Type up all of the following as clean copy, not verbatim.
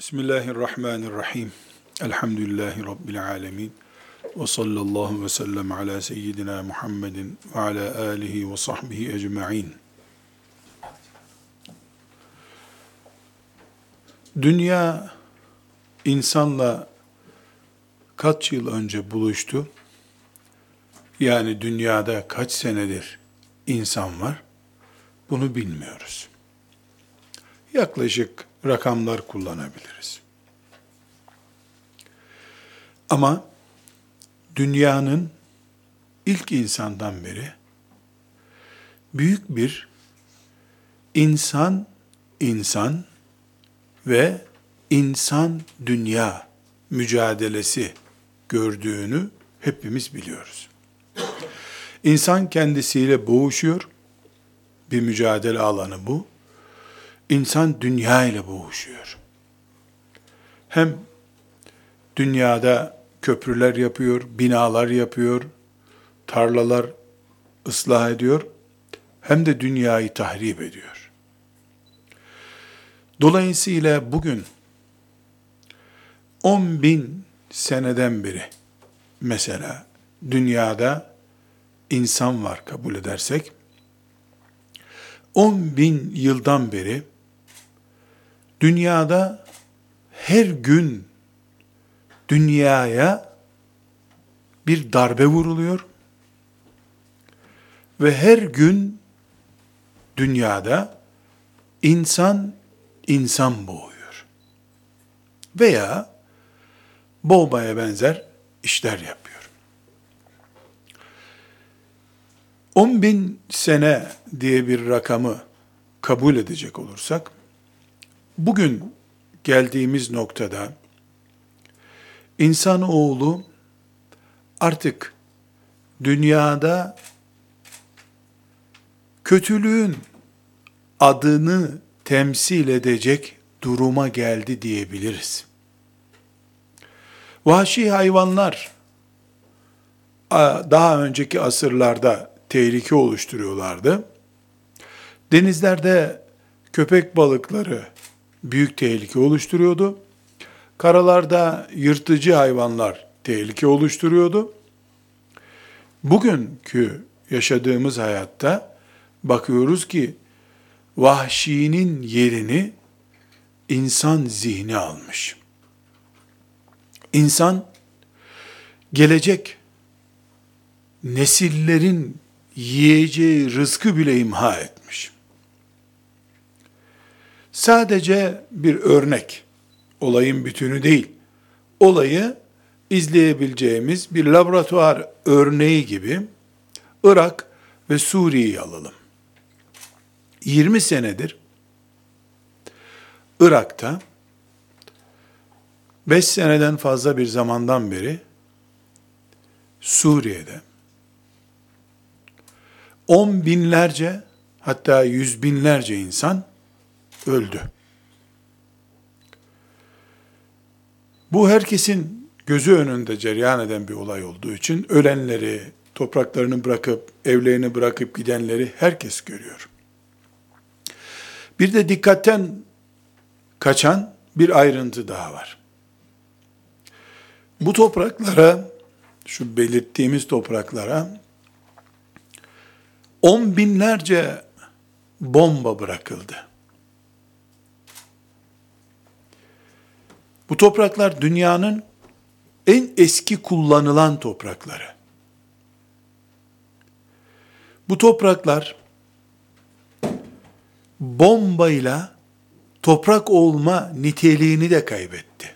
Bismillahirrahmanirrahim. Elhamdülillahi Rabbil alemin. Ve sallallahu ve sellem ala seyyidina Muhammedin ve ala alihi ve sahbihi ecma'in. Dünya insanla kaç yıl önce buluştu? Yani dünyada kaç senedir insan var? Bunu bilmiyoruz. Yaklaşık rakamlar kullanabiliriz. Ama dünyanın ilk insandan beri büyük bir insan ve insan dünya mücadelesi gördüğünü hepimiz biliyoruz. İnsan kendisiyle boğuşuyor. Bir mücadele alanı bu. İnsan dünya ile boğuşuyor. Hem dünyada köprüler yapıyor, binalar yapıyor, tarlalar ıslah ediyor, hem de dünyayı tahrip ediyor. Dolayısıyla bugün 10 bin seneden beri mesela dünyada insan var kabul edersek, 10 bin yıldan beri dünyada her gün dünyaya bir darbe vuruluyor ve her gün dünyada insan boğuyor veya boğmaya benzer işler yapıyor. 10 bin sene diye bir rakamı kabul edecek olursak, bugün geldiğimiz noktada insanoğlu artık dünyada kötülüğün adını temsil edecek duruma geldi diyebiliriz. Vahşi hayvanlar daha önceki asırlarda tehlike oluşturuyorlardı. Denizlerde köpek balıkları büyük tehlike oluşturuyordu. Karalarda yırtıcı hayvanlar tehlike oluşturuyordu. Bugünkü yaşadığımız hayatta bakıyoruz ki vahşinin yerini insan zihni almış. İnsan gelecek nesillerin yiyeceği rızkı bile imha etmiş. Sadece bir örnek, olayın bütünü değil, olayı izleyebileceğimiz bir laboratuvar örneği gibi Irak ve Suriye'yi alalım. 20 senedir Irak'ta, 5 seneden fazla bir zamandan beri Suriye'de 10 binlerce, hatta 100 binlerce insan öldü. Bu herkesin gözü önünde cereyan eden bir olay olduğu için ölenleri, topraklarını bırakıp, evlerini bırakıp gidenleri herkes görüyor. Bir de dikkatten kaçan bir ayrıntı daha var. Bu topraklara, şu belirttiğimiz topraklara 10 binlerce bomba bırakıldı. Bu topraklar dünyanın en eski kullanılan toprakları. Bu topraklar bombayla toprak olma niteliğini de kaybetti.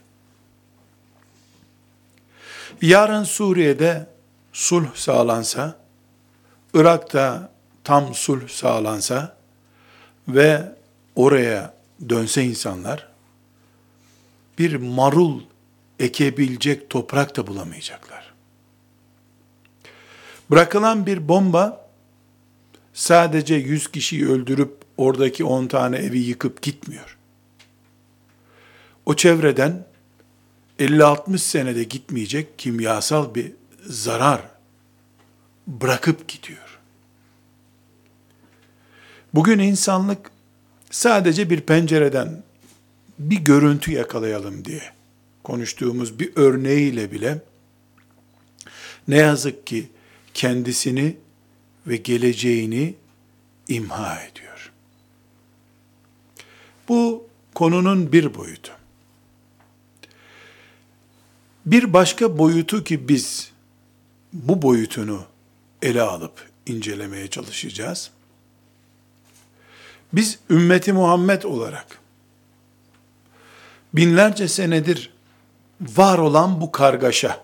Yarın Suriye'de sulh sağlansa, Irak'ta tam sulh sağlansa ve oraya dönse insanlar, bir marul ekebilecek toprak da bulamayacaklar. Bırakılan bir bomba sadece 100 kişiyi öldürüp oradaki 10 tane evi yıkıp gitmiyor. O çevreden 50-60 senede gitmeyecek kimyasal bir zarar bırakıp gidiyor. Bugün insanlık sadece bir pencereden bir görüntü yakalayalım diye konuştuğumuz bir örneğiyle bile ne yazık ki kendisini ve geleceğini imha ediyor. Bu konunun bir boyutu. Bir başka boyutu ki biz bu boyutunu ele alıp incelemeye çalışacağız. Biz ümmeti Muhammed olarak binlerce senedir var olan bu kargaşa,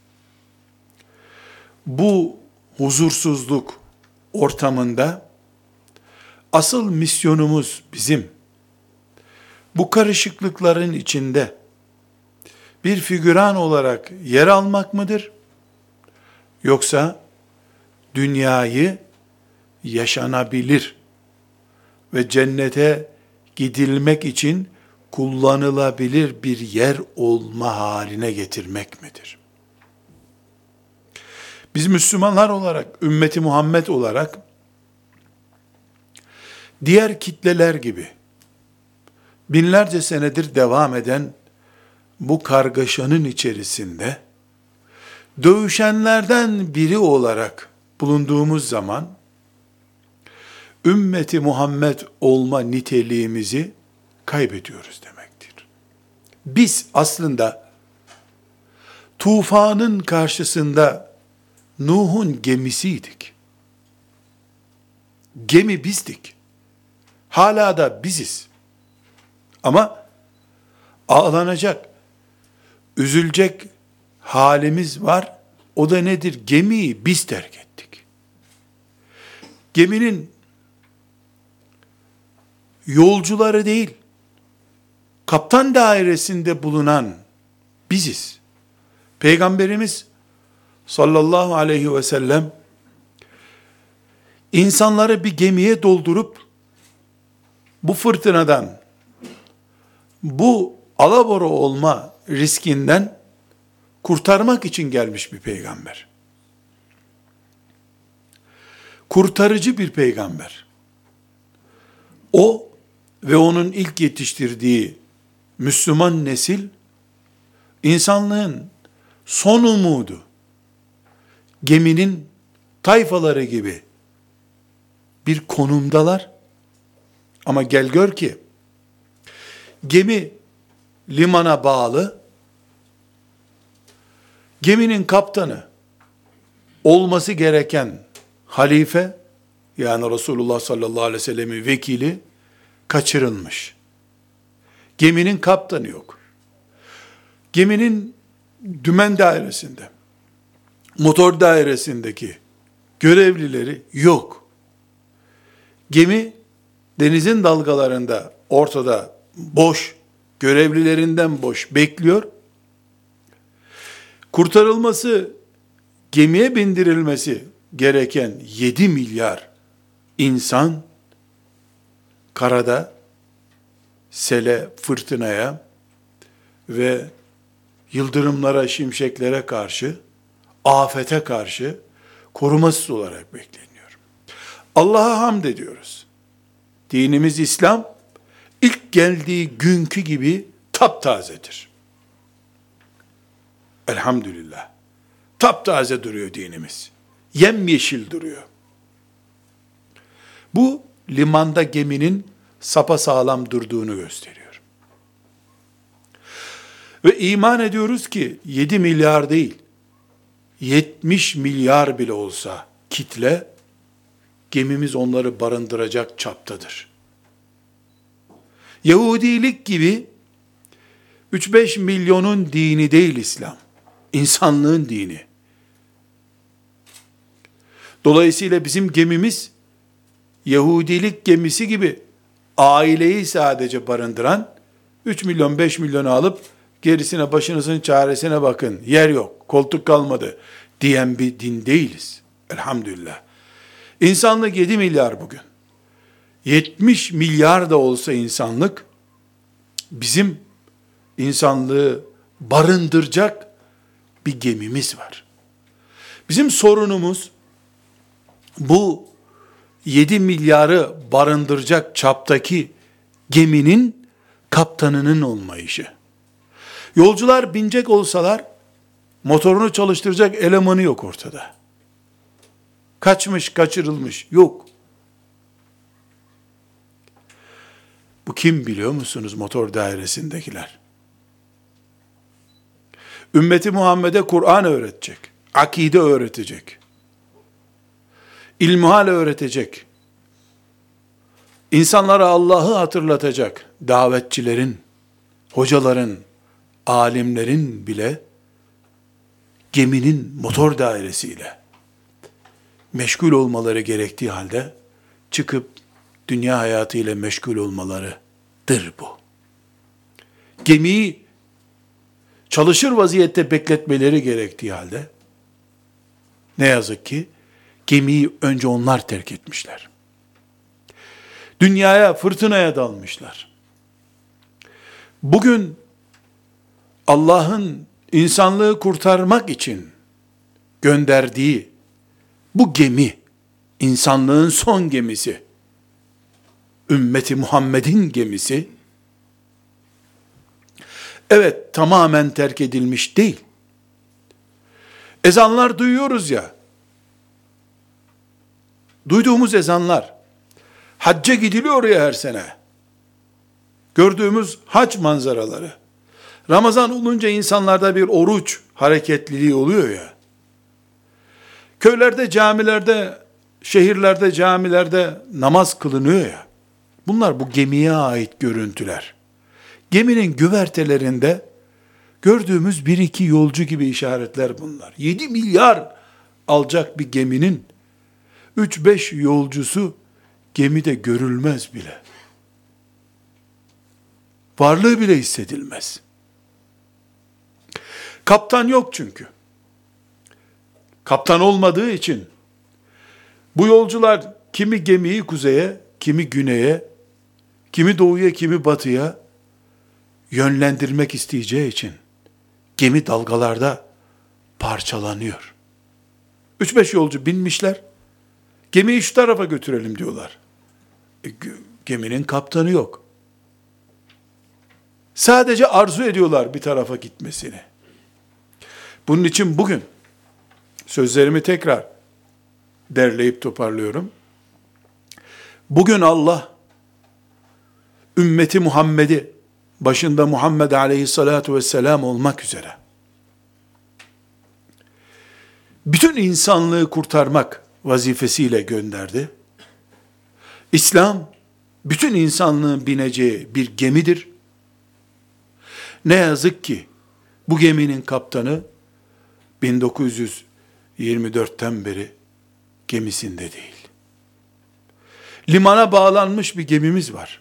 bu huzursuzluk ortamında asıl misyonumuz bizim bu karışıklıkların içinde bir figüran olarak yer almak mıdır? Yoksa dünyayı yaşanabilir ve cennete gidilmek için kullanılabilir bir yer olma haline getirmek midir? Biz Müslümanlar olarak, ümmeti Muhammed olarak diğer kitleler gibi binlerce senedir devam eden bu kargaşanın içerisinde dövüşenlerden biri olarak bulunduğumuz zaman ümmeti Muhammed olma niteliğimizi kaybediyoruz demektir. Biz aslında tufanın karşısında Nuh'un gemisiydik. Gemi bizdik. Hala da biziz. Ama ağlanacak, üzülecek halimiz var. O da nedir? Gemiyi biz terk ettik. Geminin yolcuları değil, kaptan dairesinde bulunan biziz. Peygamberimiz sallallahu aleyhi ve sellem insanları bir gemiye doldurup bu fırtınadan, bu alabora olma riskinden kurtarmak için gelmiş bir peygamber. Kurtarıcı bir peygamber. O ve onun ilk yetiştirdiği Müslüman nesil, insanlığın son umudu, geminin tayfaları gibi bir konumdalar. Ama gel gör ki, gemi limana bağlı, geminin kaptanı olması gereken halife, yani Resulullah sallallahu aleyhi ve sellemin vekili kaçırılmış. Geminin kaptanı yok. Geminin dümen dairesinde, motor dairesindeki görevlileri yok. Gemi denizin dalgalarında ortada boş, görevlilerinden boş bekliyor. Kurtarılması, gemiye bindirilmesi gereken 7 milyar insan karada sele, fırtınaya ve yıldırımlara, şimşeklere karşı, afete karşı korumasız olarak bekleniyor. Allah'a hamd ediyoruz. Dinimiz İslam, ilk geldiği günkü gibi taptazedir. Elhamdülillah. Taptaze duruyor dinimiz. Yemyeşil duruyor. Bu limanda geminin sapasağlam durduğunu gösteriyor. Ve iman ediyoruz ki 7 milyar değil, 70 milyar bile olsa kitle, gemimiz onları barındıracak çaptadır. Yahudilik gibi 3-5 milyonun dini değil İslam. İnsanlığın dini. Dolayısıyla bizim gemimiz Yahudilik gemisi gibi aileyi sadece barındıran 3 milyon 5 milyonu alıp gerisine başınızın çaresine bakın, yer yok, koltuk kalmadı diyen bir din değiliz. Elhamdülillah. İnsanlık 7 milyar bugün. 70 milyar da olsa insanlık, bizim insanlığı barındıracak bir gemimiz var. Bizim sorunumuz, bu 7 milyarı barındıracak çaptaki geminin kaptanının olmayışı. Yolcular binecek olsalar, motorunu çalıştıracak elemanı yok ortada. Kaçmış, kaçırılmış, yok. Bu kim biliyor musunuz motor dairesindekiler? Ümmeti Muhammed'e Kur'an öğretecek, akide öğretecek, ilmihal öğretecek, insanlara Allah'ı hatırlatacak davetçilerin, hocaların, alimlerin bile geminin motor dairesiyle meşgul olmaları gerektiği halde çıkıp dünya hayatıyla meşgul olmalarıdır bu. Gemiyi çalışır vaziyette bekletmeleri gerektiği halde ne yazık ki gemiyi önce onlar terk etmişler. Dünyaya, fırtınaya dalmışlar. Bugün Allah'ın insanlığı kurtarmak için gönderdiği bu gemi, insanlığın son gemisi, ümmeti Muhammed'in gemisi, evet tamamen terk edilmiş değil. Ezanlar duyuyoruz ya, duyduğumuz ezanlar, hacca gidiliyor ya her sene, gördüğümüz hac manzaraları, Ramazan olunca insanlarda bir oruç hareketliliği oluyor ya, köylerde, camilerde, şehirlerde, camilerde namaz kılınıyor ya, bunlar bu gemiye ait görüntüler. Geminin güvertelerinde gördüğümüz bir iki yolcu gibi işaretler bunlar. 7 milyar alacak bir geminin 3-5 yolcusu gemide görülmez bile. Varlığı bile hissedilmez. Kaptan yok çünkü. Kaptan olmadığı için bu yolcular kimi gemiyi kuzeye, kimi güneye, kimi doğuya, kimi batıya yönlendirmek isteyeceği için gemi dalgalarda parçalanıyor. 3-5 yolcu binmişler, gemiyi şu tarafa götürelim diyorlar. Geminin kaptanı yok. Sadece arzu ediyorlar bir tarafa gitmesini. Bunun için bugün sözlerimi tekrar derleyip toparlıyorum. Bugün Allah ümmeti Muhammed'i başında Muhammed aleyhissalatu vesselam olmak üzere bütün insanlığı kurtarmak vazifesiyle gönderdi. İslam bütün insanlığın bineceği bir gemidir. Ne yazık ki bu geminin kaptanı 1924'ten beri gemisinde değil. Limana bağlanmış bir gemimiz var.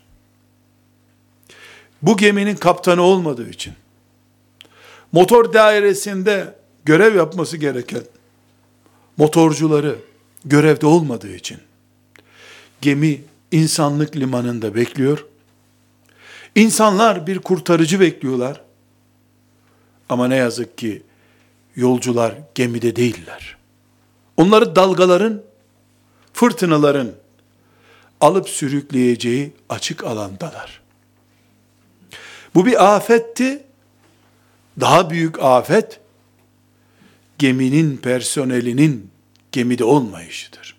Bu geminin kaptanı olmadığı için, motor dairesinde görev yapması gereken motorcuları görevde olmadığı için, gemi insanlık limanında bekliyor. İnsanlar bir kurtarıcı bekliyorlar. Ama ne yazık ki yolcular gemide değiller. Onları dalgaların, fırtınaların alıp sürükleyeceği açık alandalar. Bu bir afetti. Daha büyük afet, geminin personelinin gemide olmayışıdır.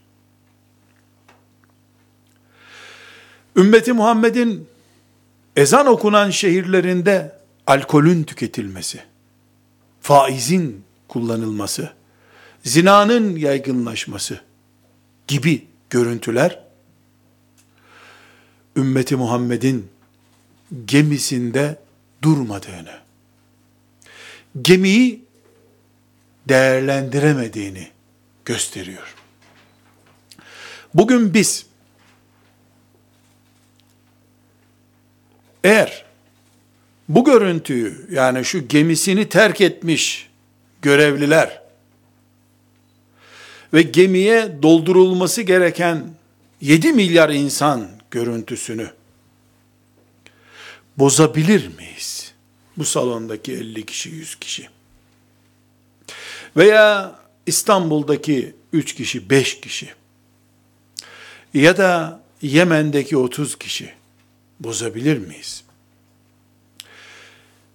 Ümmeti Muhammed'in ezan okunan şehirlerinde alkolün tüketilmesi, faizin kullanılması, zinanın yaygınlaşması gibi görüntüler, ümmeti Muhammed'in gemisinde durmadığını, gemiyi değerlendiremediğini gösteriyor. Bugün biz, eğer bu görüntüyü, yani şu gemisini terk etmiş görevliler ve gemiye doldurulması gereken 7 milyar insan görüntüsünü bozabilir miyiz? Bu salondaki 50 kişi, 100 kişi. Veya İstanbul'daki 3 kişi, 5 kişi. Ya da Yemen'deki 30 kişi bozabilir miyiz?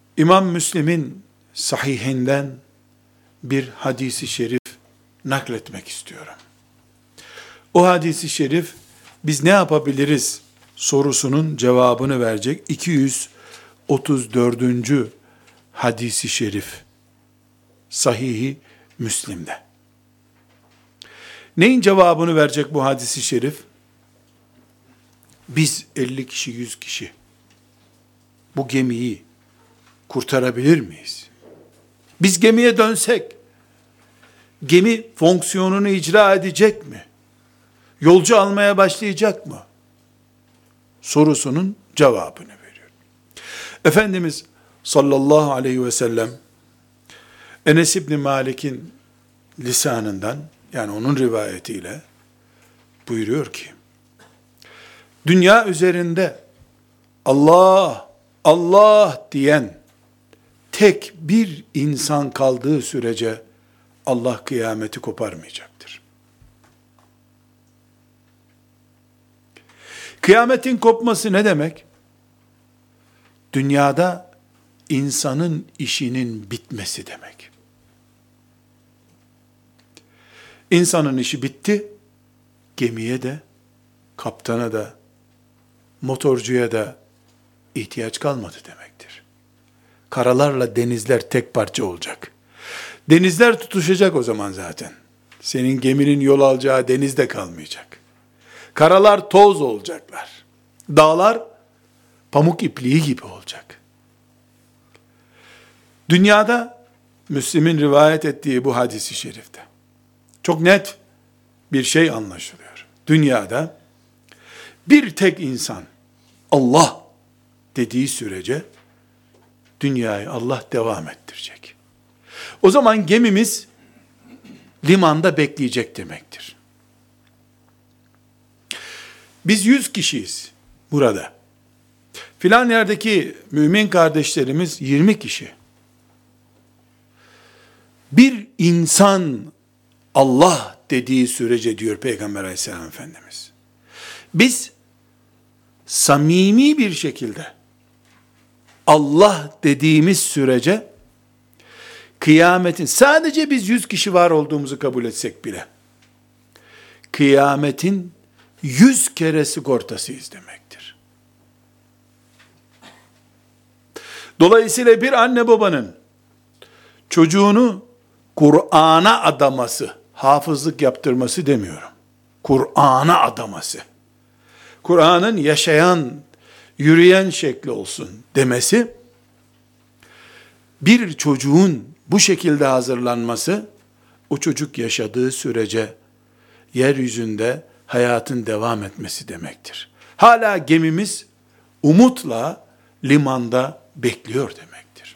İmam Müslim'in sahihinden bir hadisi şerif nakletmek istiyorum. O hadisi şerif biz ne yapabiliriz sorusunun cevabını verecek 234. hadisi şerif Sahih-i Müslim'de. Neyin cevabını verecek bu hadisi şerif? Biz 50 kişi, 100 kişi bu gemiyi kurtarabilir miyiz? Biz gemiye dönsek, gemi fonksiyonunu icra edecek mi? Yolcu almaya başlayacak mı? Sorusunun cevabını veriyor. Efendimiz sallallahu aleyhi ve sellem Enes İbni Malik'in lisanından, yani onun rivayetiyle buyuruyor ki, dünya üzerinde Allah, Allah diyen tek bir insan kaldığı sürece Allah kıyameti koparmayacaktır. Kıyametin kopması ne demek? Dünyada insanın işinin bitmesi demek. İnsanın işi bitti, gemiye de, kaptana da, motorcuya da ihtiyaç kalmadı demektir. Karalarla denizler tek parça olacak. Denizler tutuşacak o zaman zaten. Senin geminin yol alacağı denizde kalmayacak. Karalar toz olacaklar. Dağlar pamuk ipliği gibi olacak. Dünyada Müslim'in rivayet ettiği bu hadisi şerifte çok net bir şey anlaşılıyor. Dünyada bir tek insan Allah dediği sürece dünyayı Allah devam ettirecek. O zaman gemimiz limanda bekleyecek demektir. Biz 100 kişiyiz burada. Filan yerdeki mümin kardeşlerimiz 20 kişi. Bir insan Allah dediği sürece diyor Peygamber aleyhisselam Efendimiz. Biz samimi bir şekilde Allah dediğimiz sürece kıyametin, sadece biz 100 kişi var olduğumuzu kabul etsek bile, kıyametin 100 kere sigortasıyız demektir. Dolayısıyla bir anne babanın çocuğunu Kur'an'a adaması, hafızlık yaptırması demiyorum. Kur'an'a adaması. Kur'an'ın yaşayan, yürüyen şekli olsun demesi, bir çocuğun bu şekilde hazırlanması, o çocuk yaşadığı sürece yeryüzünde hayatın devam etmesi demektir. Hala gemimiz umutla limanda bekliyor demektir.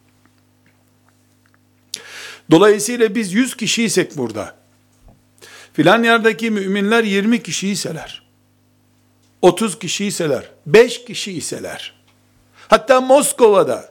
Dolayısıyla biz 100 kişiysek burada, filan yerdeki müminler 20 kişiyseler, 30 kişiyseler, 5 kişiyseler, hatta Moskova'da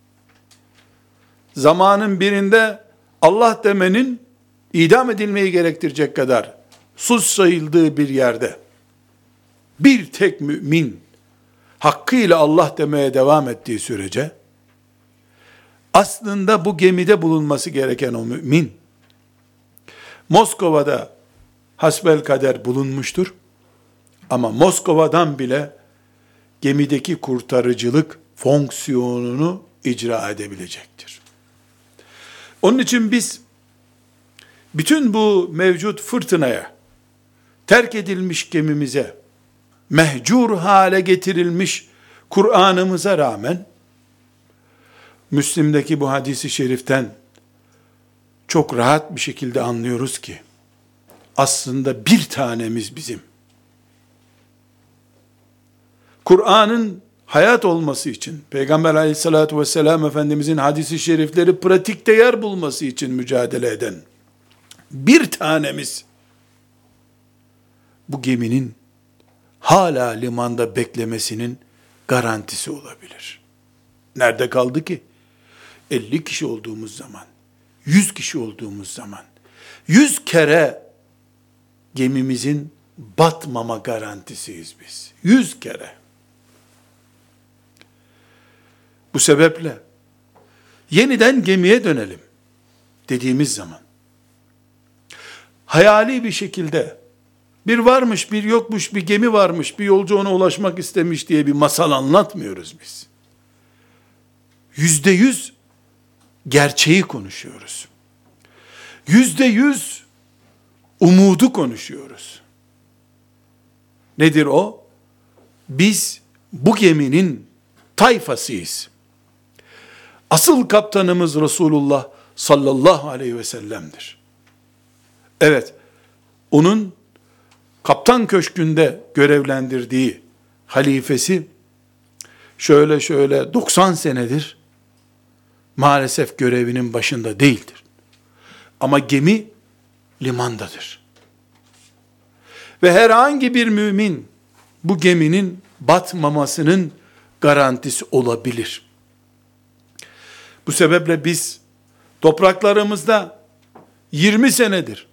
zamanın birinde Allah demenin idam edilmeyi gerektirecek kadar sus sayıldığı bir yerde bir tek mümin hakkıyla Allah demeye devam ettiği sürece aslında bu gemide bulunması gereken o mümin Moskova'da hasbelkader bulunmuştur. Ama Moskova'dan bile gemideki kurtarıcılık fonksiyonunu icra edebilecektir. Onun için biz bütün bu mevcut fırtınaya, terk edilmiş gemimize, mehcur hale getirilmiş Kur'an'ımıza rağmen, Müslim'deki bu hadisi şeriften çok rahat bir şekilde anlıyoruz ki, aslında bir tanemiz bizim. Kur'an'ın hayat olması için, Peygamber aleyhissalatü vesselam Efendimizin hadisi şerifleri pratikte yer bulması için mücadele eden bir tanemiz, bu geminin hala limanda beklemesinin garantisi olabilir. Nerede kaldı ki? 50 kişi olduğumuz zaman, 100 kişi olduğumuz zaman, 100 kere gemimizin batmama garantisiyiz biz. 100 kere. Bu sebeple yeniden gemiye dönelim dediğimiz zaman, hayali bir şekilde bir varmış bir yokmuş, bir gemi varmış, bir yolcu ona ulaşmak istemiş diye bir masal anlatmıyoruz biz. %100 gerçeği konuşuyoruz. %100 umudu konuşuyoruz. Nedir o? Biz bu geminin tayfasıyız. Asıl kaptanımız Resulullah sallallahu aleyhi ve sellem'dir. Evet, onun kaptan köşkünde görevlendirdiği halifesi şöyle 90 senedir maalesef görevinin başında değildir. Ama gemi limandadır. Ve herhangi bir mümin bu geminin batmamasının garantisi olabilir. Bu sebeple biz topraklarımızda 20 senedir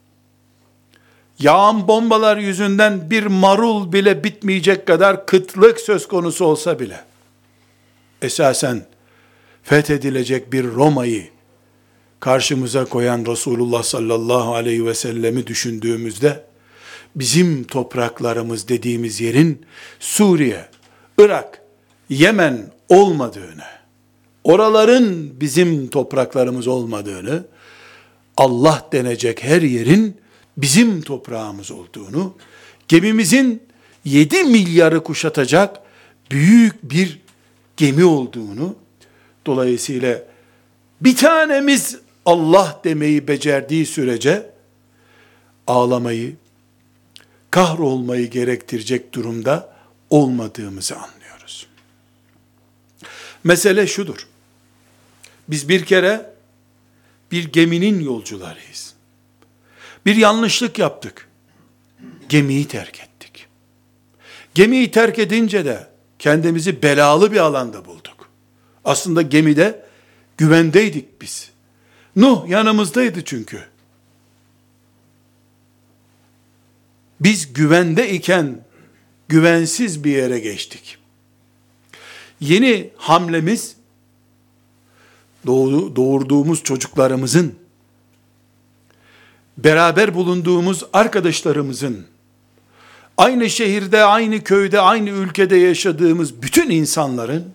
yağan bombalar yüzünden bir marul bile bitmeyecek kadar kıtlık söz konusu olsa bile, esasen fethedilecek bir Roma'yı karşımıza koyan Resulullah sallallahu aleyhi ve sellemi düşündüğümüzde, bizim topraklarımız dediğimiz yerin Suriye, Irak, Yemen olmadığını, oraların bizim topraklarımız olmadığını, Allah denecek her yerin bizim toprağımız olduğunu, gemimizin 7 milyarı kuşatacak büyük bir gemi olduğunu, dolayısıyla bir tanemiz Allah demeyi becerdiği sürece ağlamayı, kahrolmayı gerektirecek durumda olmadığımızı anlıyoruz. Mesele şudur: biz bir kere bir geminin yolcularıyız. Bir yanlışlık yaptık. Gemiyi terk ettik. Gemiyi terk edince de kendimizi belalı bir alanda bulduk. Aslında gemide güvendeydik biz. Nuh yanımızdaydı çünkü. Biz güvende iken güvensiz bir yere geçtik. Yeni hamlemiz, doğurduğumuz çocuklarımızın, beraber bulunduğumuz arkadaşlarımızın, aynı şehirde, aynı köyde, aynı ülkede yaşadığımız bütün insanların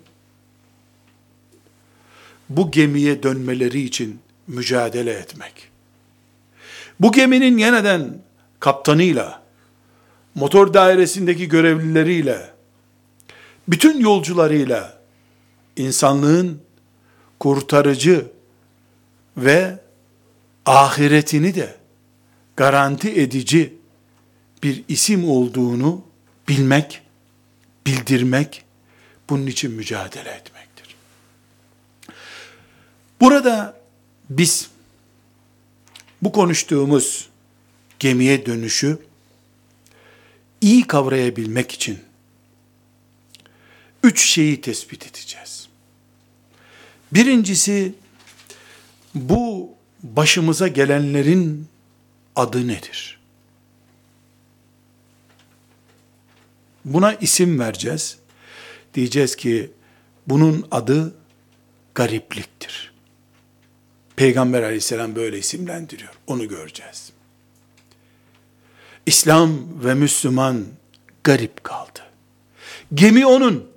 bu gemiye dönmeleri için mücadele etmek. Bu geminin yeniden kaptanıyla, motor dairesindeki görevlileriyle, bütün yolcularıyla insanlığın kurtarıcı ve ahiretini de garanti edici bir isim olduğunu bilmek, bildirmek, bunun için mücadele etmektir. Burada biz bu konuştuğumuz gemiye dönüşü iyi kavrayabilmek için 3 şeyi tespit edeceğiz. Birincisi, bu başımıza gelenlerin adı nedir? Buna isim vereceğiz. Diyeceğiz ki bunun adı garipliktir. Peygamber aleyhisselam böyle isimlendiriyor. Onu göreceğiz. İslam ve Müslüman garip kaldı. Gemi onun.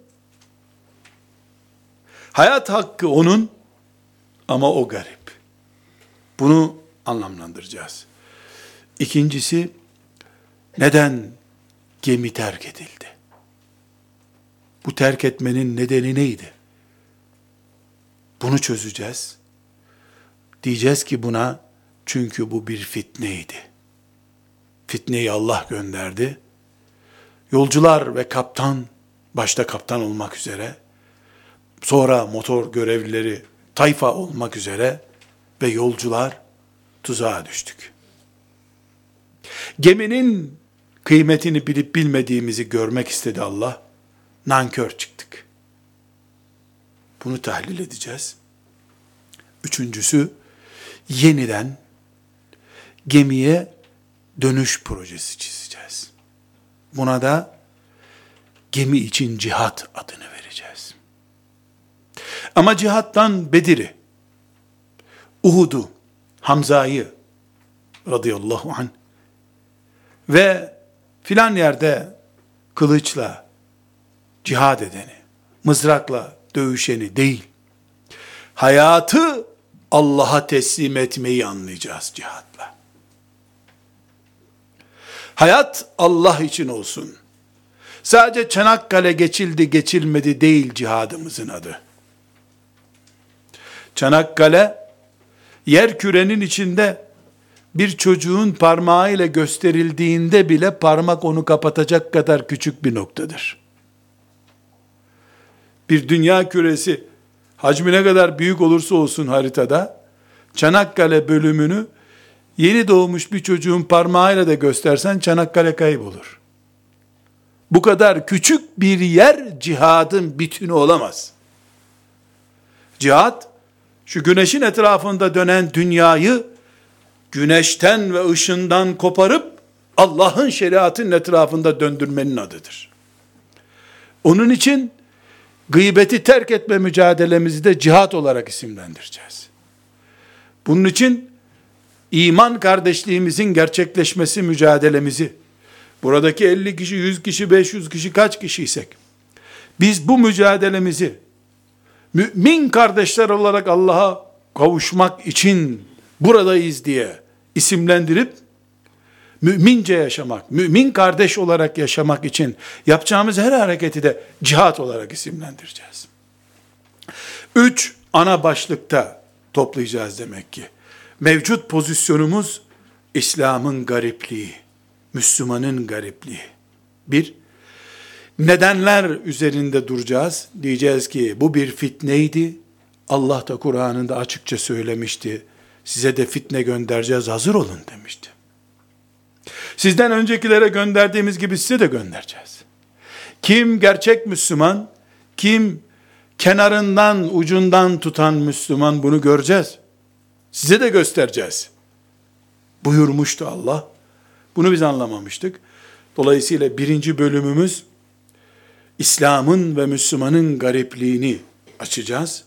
Hayat hakkı onun ama o garip. Bunu anlamlandıracağız. İkincisi, neden gemi terk edildi? Bu terk etmenin nedeni neydi? Bunu çözeceğiz. Diyeceğiz ki buna, çünkü bu bir fitneydi. Fitneyi Allah gönderdi. Yolcular ve kaptan, başta kaptan olmak üzere, sonra motor görevlileri, tayfa olmak üzere ve yolcular tuzağa düştük. Geminin kıymetini bilip bilmediğimizi görmek istedi Allah. Nankör çıktık. Bunu tahlil edeceğiz. Üçüncüsü, yeniden gemiye dönüş projesi çizeceğiz. Buna da gemi için cihat adını vereceğiz. Ama cihattan Bedir'i, Uhud'u, Hamza'yı radıyallahu anh ve filan yerde kılıçla cihad edeni, mızrakla dövüşeni değil, hayatı Allah'a teslim etmeyi anlayacağız cihatla. Hayat Allah için olsun. Sadece Çanakkale geçildi geçilmedi değil cihadımızın adı. Çanakkale, yer kürenin içinde bir çocuğun parmağıyla gösterildiğinde bile parmak onu kapatacak kadar küçük bir noktadır. Bir dünya küresi hacmi ne kadar büyük olursa olsun haritada, Çanakkale bölümünü yeni doğmuş bir çocuğun parmağıyla da göstersen Çanakkale kaybolur. Bu kadar küçük bir yer cihadın bütünü olamaz. Cihad, şu güneşin etrafında dönen dünyayı güneşten ve ışından koparıp Allah'ın şeriatının etrafında döndürmenin adıdır. Onun için gıybeti terk etme mücadelemizi de cihat olarak isimlendireceğiz. Bunun için iman kardeşliğimizin gerçekleşmesi mücadelemizi, buradaki 50 kişi, 100 kişi, 500 kişi kaç kişiysek, biz bu mücadelemizi mümin kardeşler olarak Allah'a kavuşmak için buradayız diye isimlendirip, mümince yaşamak, mümin kardeş olarak yaşamak için yapacağımız her hareketi de cihat olarak isimlendireceğiz. 3 ana başlıkta toplayacağız demek ki. Mevcut pozisyonumuz İslam'ın garipliği, Müslümanın garipliği. 1, nedenler üzerinde duracağız. Diyeceğiz ki bu bir fitneydi. Allah da Kur'an'ında açıkça söylemişti. Size de fitne göndereceğiz, hazır olun demişti. Sizden öncekilere gönderdiğimiz gibi size de göndereceğiz. Kim gerçek Müslüman, kim kenarından, ucundan tutan Müslüman, bunu göreceğiz. Size de göstereceğiz buyurmuştu Allah. Bunu biz anlamamıştık. Dolayısıyla 1. bölümümüz İslam'ın ve Müslümanın garipliğini açacağız.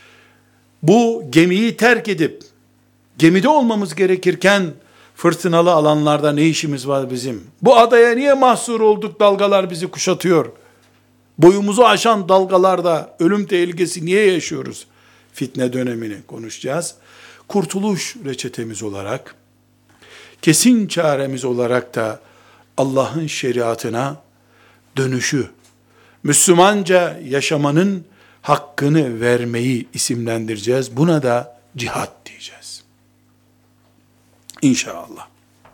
Bu gemiyi terk edip gemide olmamız gerekirken fırtınalı alanlarda ne işimiz var bizim? Bu adaya niye mahsur olduk, dalgalar bizi kuşatıyor? Boyumuzu aşan dalgalarda ölüm tehlikesi niye yaşıyoruz? Fitne dönemini konuşacağız. Kurtuluş reçetemiz olarak, kesin çaremiz olarak da Allah'ın şeriatına dönüşü, Müslümanca yaşamanın hakkını vermeyi isimlendireceğiz. Buna da cihat diyeceğiz. İnşallah.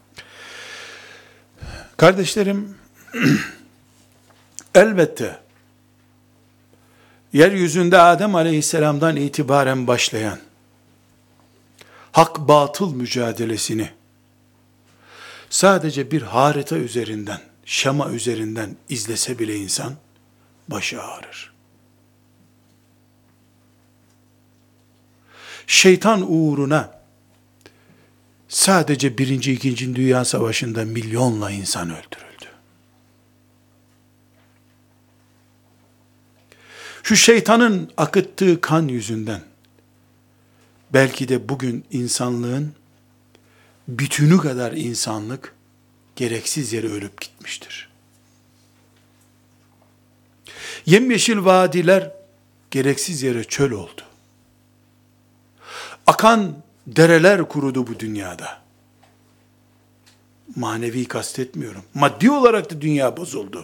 Kardeşlerim, elbette yeryüzünde Adem Aleyhisselam'dan itibaren başlayan hak batıl mücadelesini sadece bir harita üzerinden, şema üzerinden izlese bile insan başı ağrır. Şeytan uğruna sadece 1. 2. Dünya Savaşı'nda milyonla insan öldürüldü. Şu şeytanın akıttığı kan yüzünden belki de bugün insanlığın bütünü kadar insanlık gereksiz yere ölüp gitmiştir. Yemyeşil vadiler gereksiz yere çöl oldu. Akan dereler kurudu bu dünyada. Manevi kastetmiyorum. Maddi olarak da dünya bozuldu.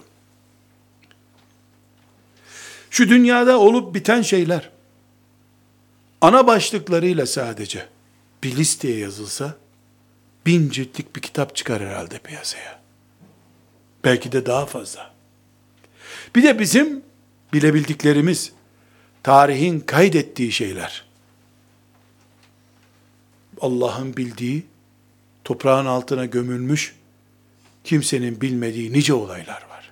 Şu dünyada olup biten şeyler, ana başlıklarıyla sadece bir listeye yazılsa, 1000 ciltlik bir kitap çıkar herhalde piyasaya. Belki de daha fazla. Bir de bizim bilebildiklerimiz, tarihin kaydettiği şeyler, Allah'ın bildiği, toprağın altına gömülmüş, kimsenin bilmediği nice olaylar var.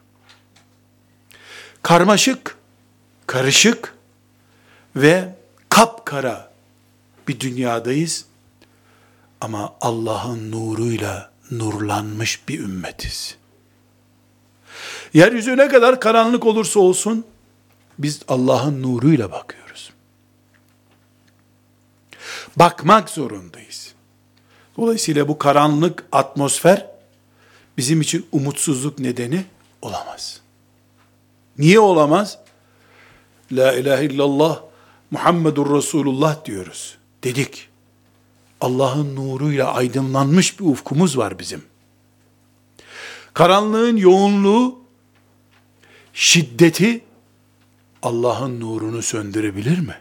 Karmaşık, karışık ve kapkara bir dünyadayız. Ama Allah'ın nuruyla nurlanmış bir ümmetiz. Yeryüzü ne kadar karanlık olursa olsun, biz Allah'ın nuruyla bakıyoruz. Bakmak zorundayız. Dolayısıyla bu karanlık atmosfer bizim için umutsuzluk nedeni olamaz. Niye olamaz? La ilahe illallah Muhammedur Resulullah diyoruz. Dedik. Allah'ın nuruyla aydınlanmış bir ufkumuz var bizim. Karanlığın yoğunluğu, şiddeti Allah'ın nurunu söndürebilir mi?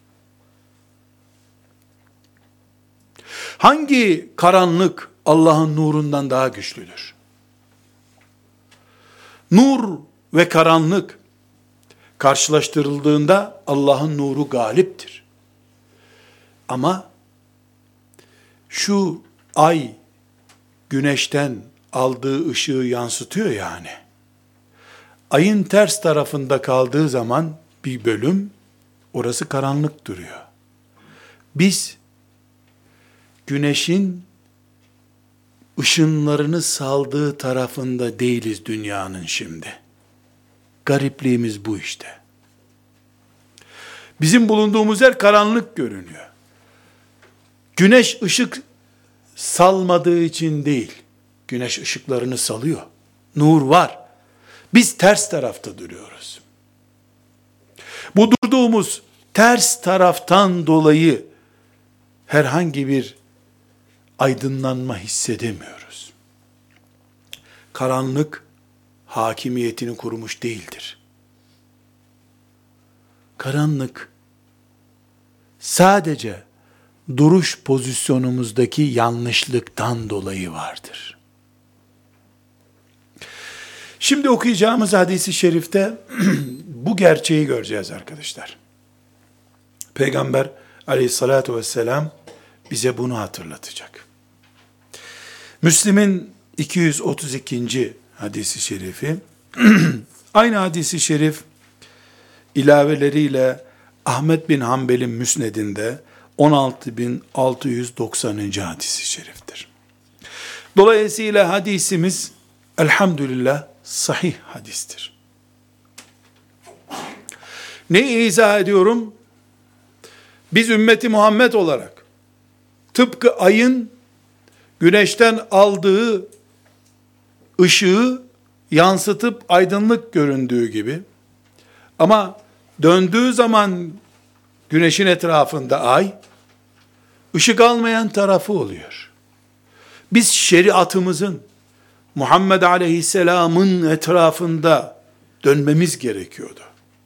Hangi karanlık Allah'ın nurundan daha güçlüdür? Nur ve karanlık karşılaştırıldığında Allah'ın nuru galiptir. Ama şu ay güneşten aldığı ışığı yansıtıyor yani. Ayın ters tarafında kaldığı zaman bir bölüm, orası karanlık duruyor. Biz güneşin ışınlarını saldığı tarafında değiliz dünyanın şimdi. Garipliğimiz bu işte. Bizim bulunduğumuz yer karanlık görünüyor. Güneş ışık salmadığı için değil. Güneş ışıklarını salıyor. Nur var. Biz ters tarafta duruyoruz. Bu durduğumuz ters taraftan dolayı herhangi bir aydınlanma hissedemiyoruz. Karanlık hakimiyetini kurmuş değildir. Karanlık sadece duruş pozisyonumuzdaki yanlışlıktan dolayı vardır. Şimdi okuyacağımız hadis-i şerifte bu gerçeği göreceğiz arkadaşlar. Peygamber aleyhissalatu vesselam bize bunu hatırlatacak. Müslim'in 232. hadisi şerifi, aynı hadisi şerif ilaveleriyle Ahmet bin Hanbel'in müsnedinde 16.690. hadisi şeriftir. Dolayısıyla hadisimiz elhamdülillah sahih hadistir. Neyi izah ediyorum? Biz ümmeti Muhammed olarak tıpkı ayın güneşten aldığı ışığı yansıtıp aydınlık göründüğü gibi, ama döndüğü zaman güneşin etrafında ay, ışık almayan tarafı oluyor. Biz şeriatımızın, Muhammed Aleyhisselam'ın etrafında dönmemiz gerekiyordu.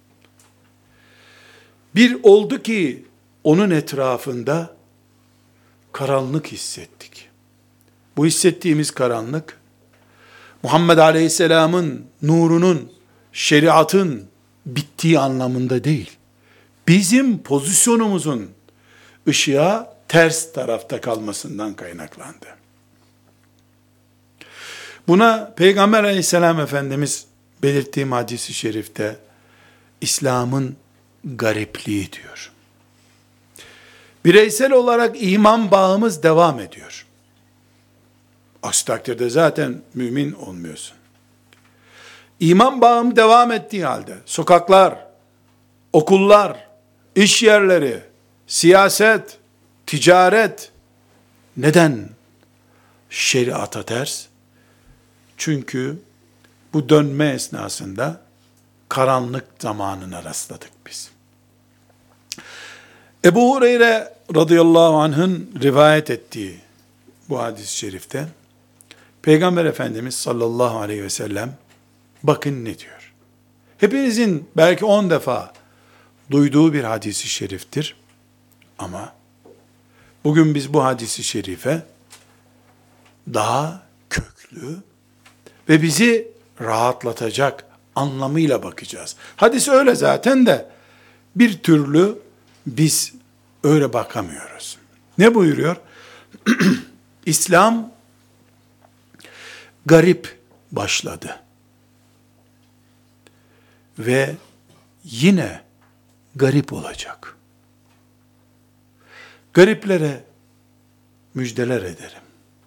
Bir oldu ki onun etrafında karanlık hissettik. Bu hissettiğimiz karanlık, Muhammed Aleyhisselam'ın nurunun, şeriatın bittiği anlamında değil. Bizim pozisyonumuzun ışığa ters tarafta kalmasından kaynaklandı. Buna Peygamber Aleyhisselam Efendimiz belirttiğim hadis-i şerifte İslam'ın garipliği diyor. Bireysel olarak iman bağımız devam ediyor. Aksi takdirde zaten mümin olmuyorsun. İman bağım devam ettiği halde sokaklar, okullar, iş yerleri, siyaset, ticaret neden şeriata ters? Çünkü bu dönme esnasında karanlık zamanına rastladık biz. Ebu Hureyre radıyallahu anh'ın rivayet ettiği bu hadis-i şerifte Peygamber Efendimiz sallallahu aleyhi ve sellem bakın ne diyor. Hepinizin belki 10 defa duyduğu bir hadis-i şeriftir. Ama bugün biz bu hadis-i şerife daha köklü ve bizi rahatlatacak anlamıyla bakacağız. Hadis öyle zaten de bir türlü biz öyle bakamıyoruz. Ne buyuruyor? İslam garip başladı. Ve yine garip olacak. Gariplere müjdeler ederim.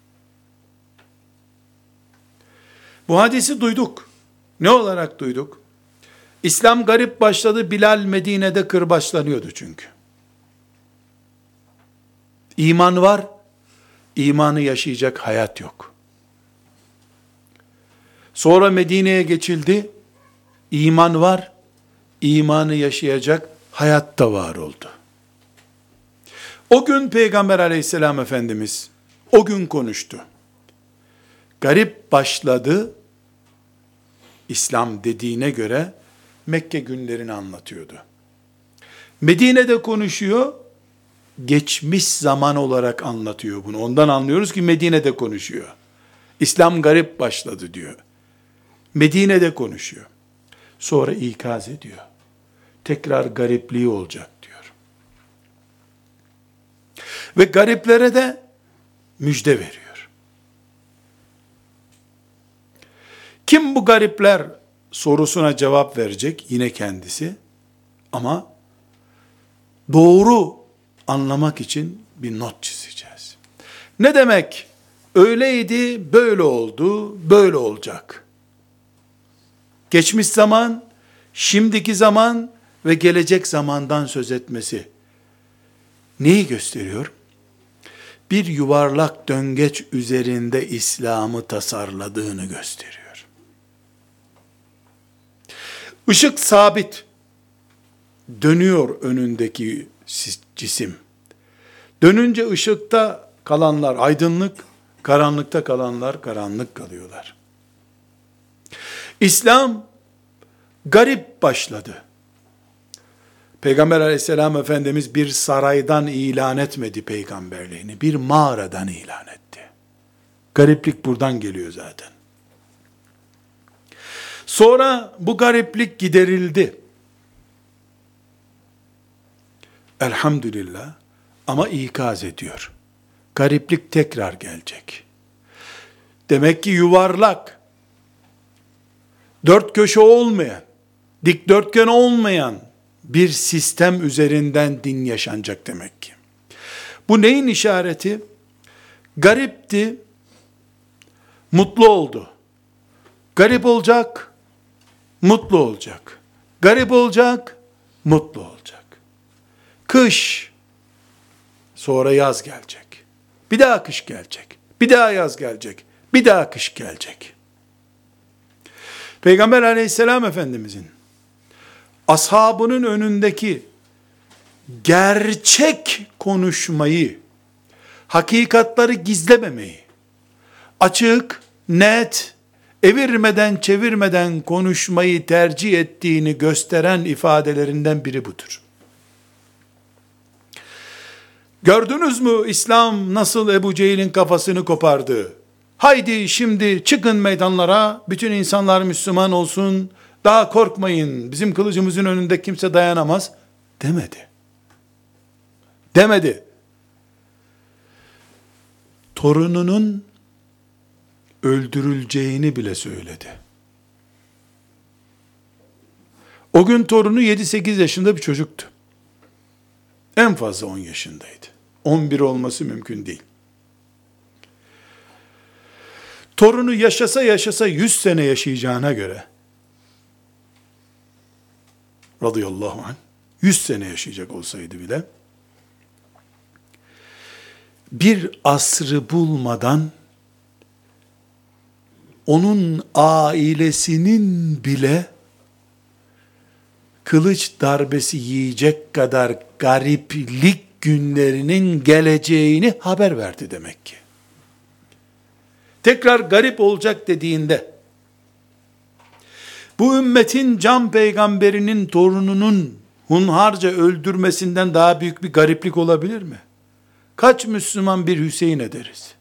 Bu hadisi duyduk. Ne olarak duyduk? İslam garip başladı, Bilal Medine'de kırbaçlanıyordu çünkü. İman var, imanı yaşayacak hayat yok. Sonra Medine'ye geçildi, iman var, imanı yaşayacak hayat da var oldu. O gün Peygamber aleyhisselam Efendimiz, o gün konuştu. Garip başladı, İslam dediğine göre Mekke günlerini anlatıyordu. Medine'de konuşuyor, geçmiş zaman olarak anlatıyor bunu. Ondan anlıyoruz ki Medine'de konuşuyor. İslam garip başladı diyor. Medine'de konuşuyor. Sonra ikaz ediyor. Tekrar garipliği olacak diyor. Ve gariplere de müjde veriyor. Kim bu garipler sorusuna cevap verecek? Yine kendisi. Ama doğru anlamak için bir not çizeceğiz. Ne demek? Öyleydi, böyle oldu, böyle olacak. Geçmiş zaman, şimdiki zaman ve gelecek zamandan söz etmesi neyi gösteriyor? Bir yuvarlak döngeç üzerinde İslam'ı tasarladığını gösteriyor. Işık sabit, dönüyor önündeki cisim. Dönünce ışıkta kalanlar aydınlık, karanlıkta kalanlar karanlık kalıyorlar. İslam garip başladı. Peygamber aleyhisselam Efendimiz bir saraydan ilan etmedi peygamberliğini, bir mağaradan ilan etti. Gariplik buradan geliyor zaten. Sonra bu gariplik giderildi. Elhamdülillah, ama ikaz ediyor. Gariplik tekrar gelecek. Demek ki yuvarlak, dört köşe olmayan, dikdörtgen olmayan bir sistem üzerinden din yaşanacak demek ki. Bu neyin işareti? Garipti, mutlu oldu. Garip olacak, mutlu olacak. Garip olacak, mutlu olacak. Kış, sonra yaz gelecek. Bir daha kış gelecek. Bir daha yaz gelecek. Bir daha kış gelecek. Peygamber aleyhisselam Efendimizin ashabının önündeki gerçek konuşmayı, hakikatları gizlememeyi, açık, net, evirmeden çevirmeden konuşmayı tercih ettiğini gösteren ifadelerinden biri budur. Gördünüz mü İslam nasıl Ebu Cehil'in kafasını kopardı? Haydi şimdi çıkın meydanlara, bütün insanlar Müslüman olsun, daha korkmayın, bizim kılıcımızın önünde kimse dayanamaz demedi. Demedi. Torununun öldürüleceğini bile söyledi. O gün torunu 7-8 yaşında bir çocuktu. En fazla 10 yaşındaydı. 11 olması mümkün değil. Torunu yaşasa 100 sene yaşayacağına göre, radıyallahu anh, 100 sene yaşayacak olsaydı bile, bir asrı bulmadan, onun ailesinin bile kılıç darbesi yiyecek kadar gariplik günlerinin geleceğini haber verdi demek ki. Tekrar garip olacak dediğinde, bu ümmetin can peygamberinin torununun hunharca öldürmesinden daha büyük bir gariplik olabilir mi? Kaç Müslüman bir Hüseyin ederiz?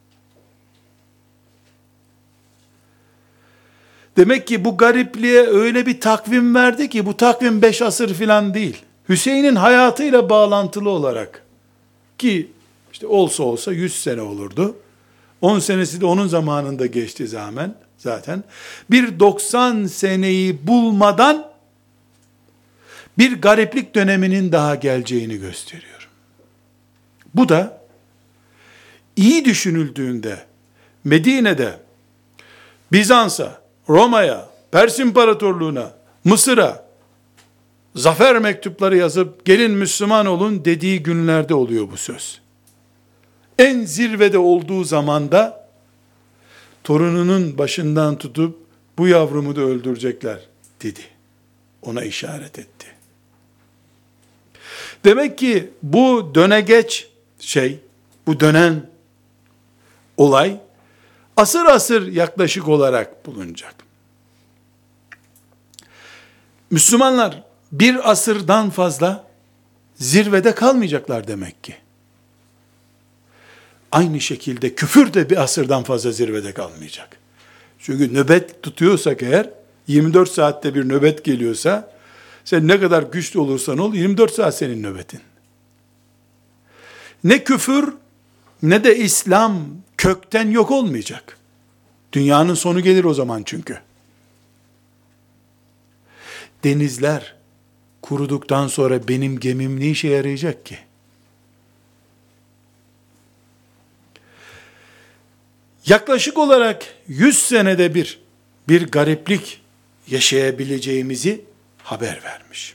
Demek ki bu garipliğe öyle bir takvim verdi ki, bu takvim 5 asır filan değil. Hüseyin'in hayatıyla bağlantılı olarak, ki işte olsa 100 sene olurdu. 10 senesi de onun zamanında geçti zaten. Bir 90 seneyi bulmadan bir gariplik döneminin daha geleceğini gösteriyor. Bu da iyi düşünüldüğünde Medine'de, Bizans'a, Roma'ya, Pers İmparatorluğu'na, Mısır'a zafer mektupları yazıp gelin Müslüman olun dediği günlerde oluyor bu söz. En zirvede olduğu zamanda torununun başından tutup bu yavrumu da öldürecekler dedi. Ona işaret etti. Demek ki bu dönegeç bu dönen olay asır asır yaklaşık olarak bulunacak. Müslümanlar bir asırdan fazla zirvede kalmayacaklar demek ki. Aynı şekilde küfür de bir asırdan fazla zirvede kalmayacak. Çünkü nöbet tutuyorsak eğer, 24 saatte bir nöbet geliyorsa, sen ne kadar güçlü olursan ol, 24 saat senin nöbetin. Ne küfür, ne de İslam kökten yok olmayacak. Dünyanın sonu gelir o zaman çünkü. Denizler kuruduktan sonra benim gemim ne işe yarayacak ki? Yaklaşık olarak 100 senede bir gariplik yaşayabileceğimizi haber vermiş.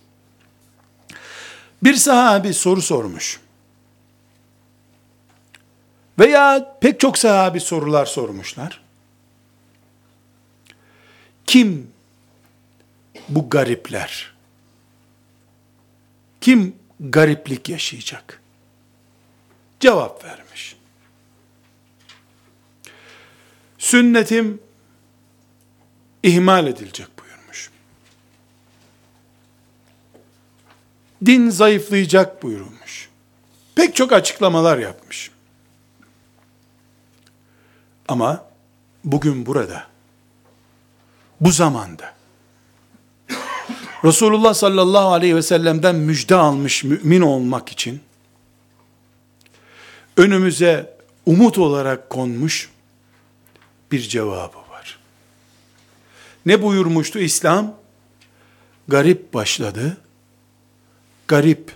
Bir sahabi soru sormuş. Veya pek çok sahabi sorular sormuşlar. Kim bu garipler? Kim gariplik yaşayacak? Cevap vermiş. Sünnetim ihmal edilecek buyurmuş. Din zayıflayacak buyurmuş. Pek çok açıklamalar yapmış. Ama bugün burada, bu zamanda, Resulullah sallallahu aleyhi ve sellem'den müjde almış mümin olmak için, önümüze umut olarak konmuş bir cevabı var. Ne buyurmuştu İslam? Garip başladı, garip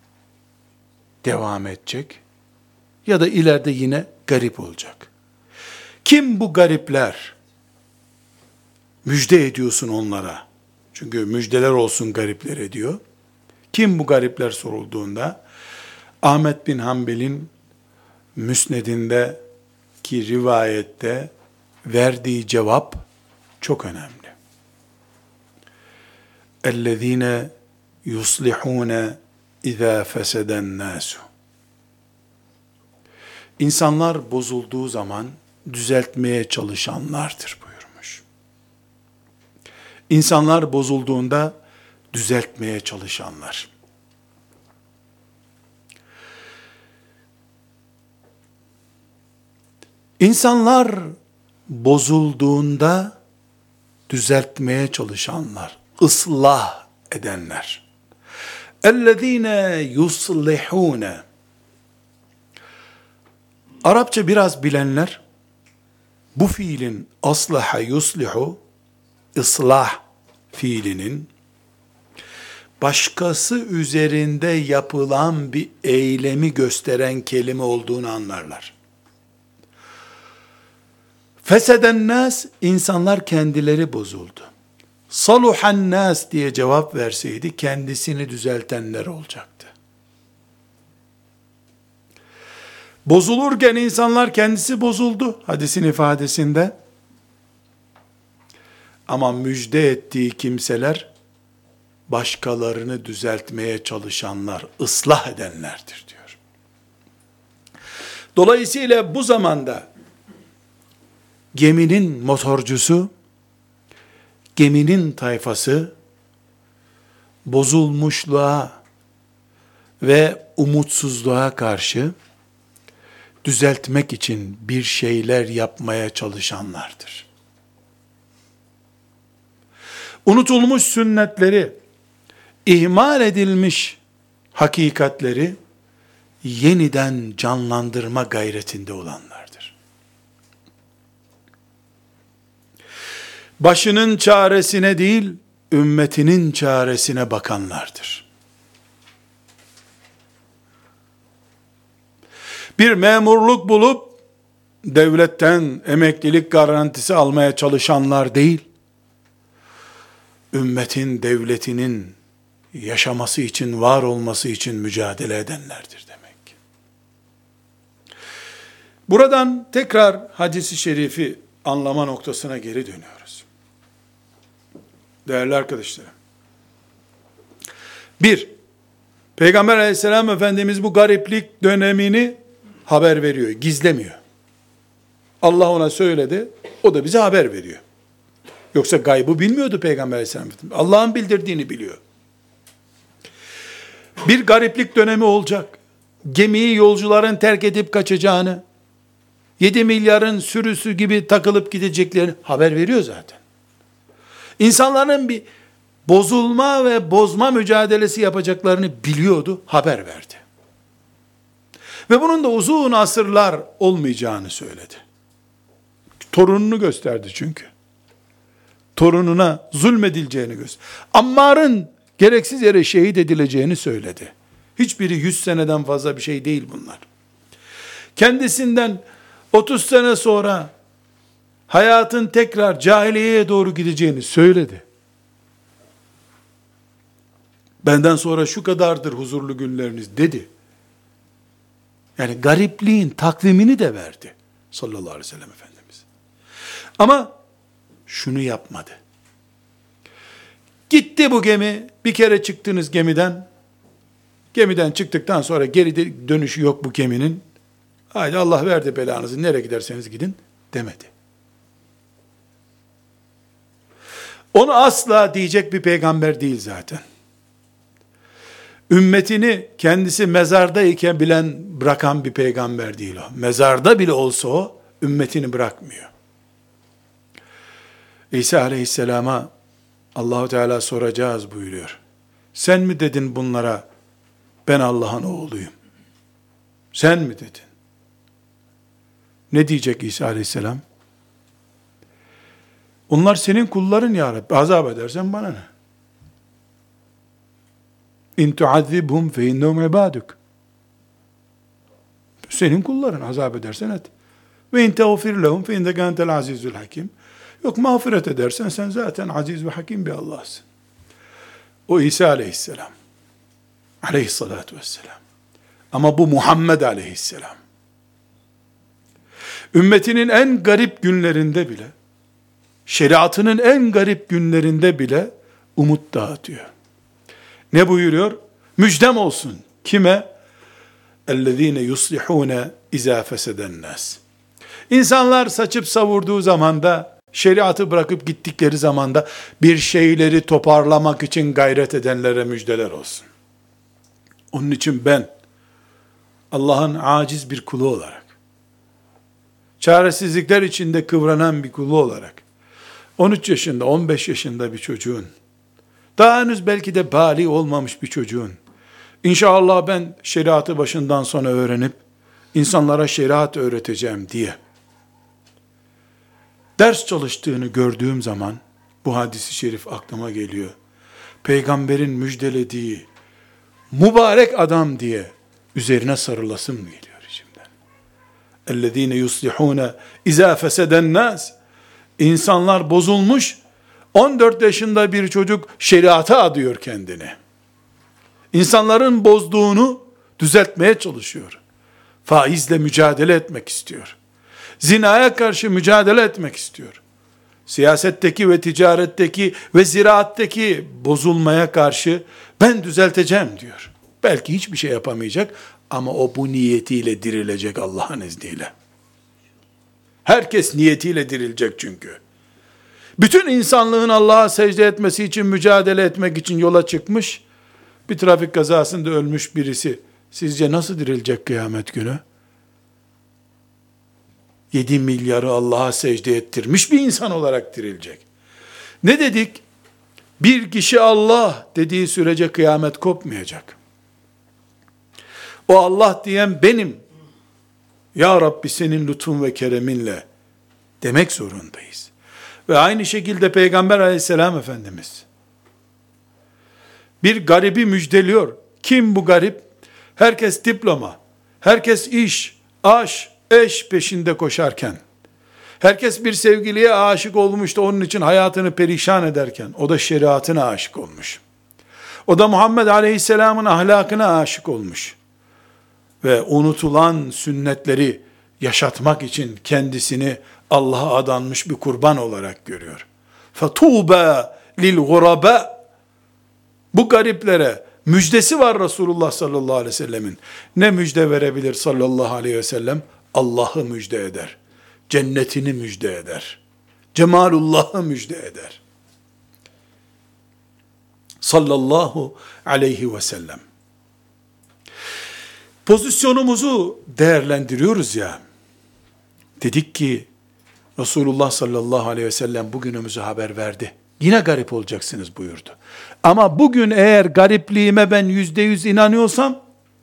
devam edecek ya da ileride yine garip olacak. Kim bu garipler? Müjde ediyorsun onlara. Çünkü müjdeler olsun gariplere diyor. Kim bu garipler sorulduğunda, Ahmet bin Hanbel'in Müsned'indeki rivayette verdiği cevap çok önemli. اَلَّذ۪ينَ يُصْلِحُونَ اِذَا فَسَدَ النَّاسُ. İnsanlar bozulduğu zaman düzeltmeye çalışanlardır buyurmuş. İnsanlar bozulduğunda düzeltmeye çalışanlar. İnsanlar bozulduğunda düzeltmeye çalışanlar, ıslah edenler. اَلَّذ۪ينَ يُصْلِحُونَ. Arapça biraz bilenler, bu fiilin aslaha yuslihu, ıslah fiilinin, başkası üzerinde yapılan bir eylemi gösteren kelime olduğunu anlarlar. Feseden nas, insanlar kendileri bozuldu. Saluhan nas diye cevap verseydi, kendisini düzeltenler olacaktı. Bozulurken insanlar kendisi bozuldu, hadisin ifadesinde. Ama müjde ettiği kimseler, başkalarını düzeltmeye çalışanlar, ıslah edenlerdir diyor. Dolayısıyla bu zamanda, geminin motorcusu, geminin tayfası, bozulmuşluğa ve umutsuzluğa karşı, düzeltmek için bir şeyler yapmaya çalışanlardır. Unutulmuş sünnetleri, ihmal edilmiş hakikatleri yeniden canlandırma gayretinde olanlardır. Başının çaresine değil, ümmetinin çaresine bakanlardır. Bir memurluk bulup devletten emeklilik garantisi almaya çalışanlar değil, ümmetin, devletinin yaşaması için, var olması için mücadele edenlerdir demek. Buradan tekrar hadisi şerifi anlama noktasına geri dönüyoruz. Değerli arkadaşlarım. Bir, Peygamber aleyhisselam Efendimiz bu gariplik dönemini haber veriyor, gizlemiyor. Allah ona söyledi, o da bize haber veriyor. Yoksa gaybı bilmiyordu Peygamber aleyhisselam Efendimiz. Allah'ın bildirdiğini biliyor. Bir gariplik dönemi olacak. Gemiyi yolcuların terk edip kaçacağını, 7 milyarın sürüsü gibi takılıp gideceklerini haber veriyor zaten. İnsanların bir bozulma ve bozma mücadelesi yapacaklarını biliyordu, haber verdi. Ve bunun da uzun asırlar olmayacağını söyledi. Torununu gösterdi çünkü. Torununa zulmedileceğini gösterdi. Ammar'ın gereksiz yere şehit edileceğini söyledi. Hiçbiri 100 seneden fazla bir şey değil bunlar. Kendisinden 30 sene sonra hayatın tekrar cahiliyeye doğru gideceğini söyledi. Benden sonra şu kadardır huzurlu günleriniz dedi. Yani garipliğin takvimini de verdi sallallahu aleyhi ve sellem Efendimiz. Ama şunu yapmadı. Gitti bu gemi, bir kere çıktınız gemiden. Gemiden çıktıktan sonra geri dönüşü yok bu geminin. Haydi Allah verdi belanızı, nereye giderseniz gidin demedi. Onu asla diyecek bir peygamber değil zaten. Ümmetini kendisi mezardayken bilen bırakan bir peygamber değil o. Mezarda bile olsa o ümmetini bırakmıyor. İsa aleyhisselama Allahu Teala soracağız buyuruyor. Sen mi dedin bunlara ben Allah'ın oğluyum? Sen mi dedin? Ne diyecek İsa aleyhisselam? Onlar senin kulların ya Rabbi. Azap edersen bana ne? İn tuazzibhum fe innehum ibaduk. Senin kulların, azap edersen et. Ve in teğfir lehum fe inneke entel azizul hakim. Yok, mağfiret edersen sen zaten aziz ve hakim bir Allah'sın. O İsa aleyhisselam. Aleyhissalatu vesselam. Ama bu Muhammed aleyhisselam. Ümmetinin en garip günlerinde bile, şeriatının en garip günlerinde bile umut dağıtıyor. Ne buyuruyor? Müjdem olsun. Kime? اَلَّذ۪ينَ يُصْلِحُونَ اِذَا فَسَدَ النَّاسِ. İnsanlar saçıp savurduğu zamanda, şeriatı bırakıp gittikleri zamanda, bir şeyleri toparlamak için gayret edenlere müjdeler olsun. Onun için ben, Allah'ın aciz bir kulu olarak, çaresizlikler içinde kıvranan bir kulu olarak, 13 yaşında, 15 yaşında bir çocuğun, daha henüz belki de bâli olmamış bir çocuğun, İnşallah ben şeriatı başından sona öğrenip, insanlara şeriat öğreteceğim diye, ders çalıştığını gördüğüm zaman, bu hadis-i şerif aklıma geliyor. Peygamberin müjdelediği, mübarek adam diye, üzerine sarılasım geliyor içimden. اَلَّذ۪ينَ يُصْلِحُونَ اِذَا فَسَدَ النَّاسِ. İnsanlar bozulmuş, 14 yaşında bir çocuk şeriata adıyor kendini. İnsanların bozduğunu düzeltmeye çalışıyor. Faizle mücadele etmek istiyor. Zinaya karşı mücadele etmek istiyor. Siyasetteki ve ticaretteki ve ziraatteki bozulmaya karşı ben düzelteceğim diyor. Belki hiçbir şey yapamayacak ama o bu niyetiyle dirilecek Allah'ın izniyle. Herkes niyetiyle dirilecek çünkü. Bütün insanlığın Allah'a secde etmesi için, mücadele etmek için yola çıkmış, bir trafik kazasında ölmüş birisi, sizce nasıl dirilecek kıyamet günü? 7 milyarı Allah'a secde ettirmiş bir insan olarak dirilecek. Ne dedik? Bir kişi Allah dediği sürece kıyamet kopmayacak. O Allah diyen benim. Ya Rabbi senin lütfun ve kereminle demek zorundayız. Ve aynı şekilde Peygamber aleyhisselam Efendimiz bir garibi müjdeliyor. Kim bu garip? Herkes diploma, herkes iş, aş, eş peşinde koşarken, herkes bir sevgiliye aşık olmuş da onun için hayatını perişan ederken, o da şeriatına aşık olmuş. O da Muhammed Aleyhisselam'ın ahlakına aşık olmuş. Ve unutulan sünnetleri yaşatmak için kendisini Allah'a adanmış bir kurban olarak görüyor. فَتُوبَى لِلْغُرَبَى Bu gariplere müjdesi var Resulullah sallallahu aleyhi ve sellemin. Ne müjde verebilir sallallahu aleyhi ve sellem? Allah'ı müjde eder. Cennetini müjde eder. Cemalullah'ı müjde eder. Sallallahu aleyhi ve sellem. Pozisyonumuzu değerlendiriyoruz ya. Dedik ki Resulullah sallallahu aleyhi ve sellem bugünümüzü haber verdi. Yine garip olacaksınız buyurdu. Ama bugün eğer garipliğime ben %100 inanıyorsam,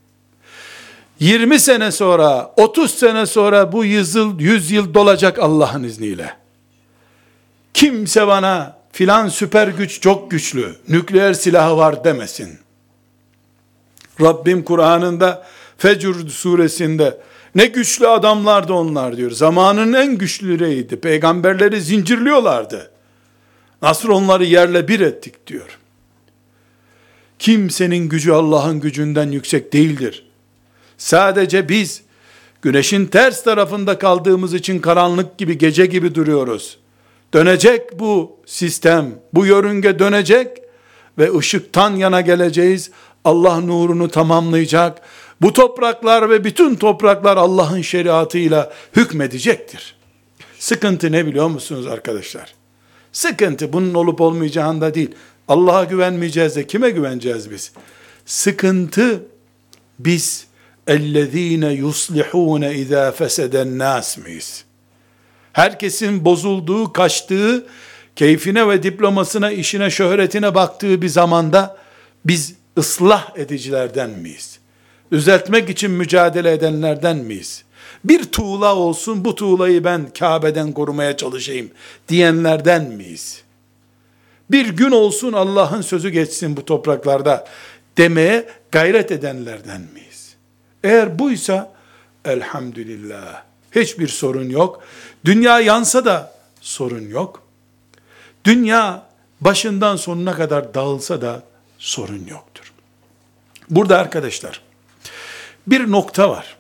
20 sene sonra, 30 sene sonra bu 100 yıl dolacak Allah'ın izniyle. Kimse bana filan süper güç çok güçlü, nükleer silahı var demesin. Rabbim Kur'an'ında Fecr suresinde ne güçlü adamlardı onlar diyor. Zamanın en güçlüleriydi. Peygamberleri zincirliyorlardı. Nasıl onları yerle bir ettik diyor. Kimsenin gücü Allah'ın gücünden yüksek değildir. Sadece biz güneşin ters tarafında kaldığımız için karanlık gibi, gece gibi duruyoruz. Dönecek bu sistem, bu yörünge dönecek ve ışıktan yana geleceğiz. Allah nurunu tamamlayacak. Bu topraklar ve bütün topraklar Allah'ın şeriatıyla hükmedecektir. Sıkıntı ne biliyor musunuz arkadaşlar? Sıkıntı bunun olup olmayacağında değil. Allah'a güvenmeyeceğiz de kime güveneceğiz biz? Sıkıntı biz اَلَّذ۪ينَ يُصْلِحُونَ اِذَا فَسَدَ النَّاسِ miyiz? Herkesin bozulduğu, kaçtığı, keyfine ve diplomasına, işine, şöhretine baktığı bir zamanda biz ıslah edicilerden miyiz? Düzeltmek için mücadele edenlerden miyiz? Bir tuğla olsun, bu tuğlayı ben Kabe'den korumaya çalışayım diyenlerden miyiz? Bir gün olsun Allah'ın sözü geçsin bu topraklarda demeye gayret edenlerden miyiz? Eğer buysa elhamdülillah hiçbir sorun yok. Dünya yansa da sorun yok. Dünya başından sonuna kadar dağılsa da sorun yoktur. Burada arkadaşlar bir nokta var.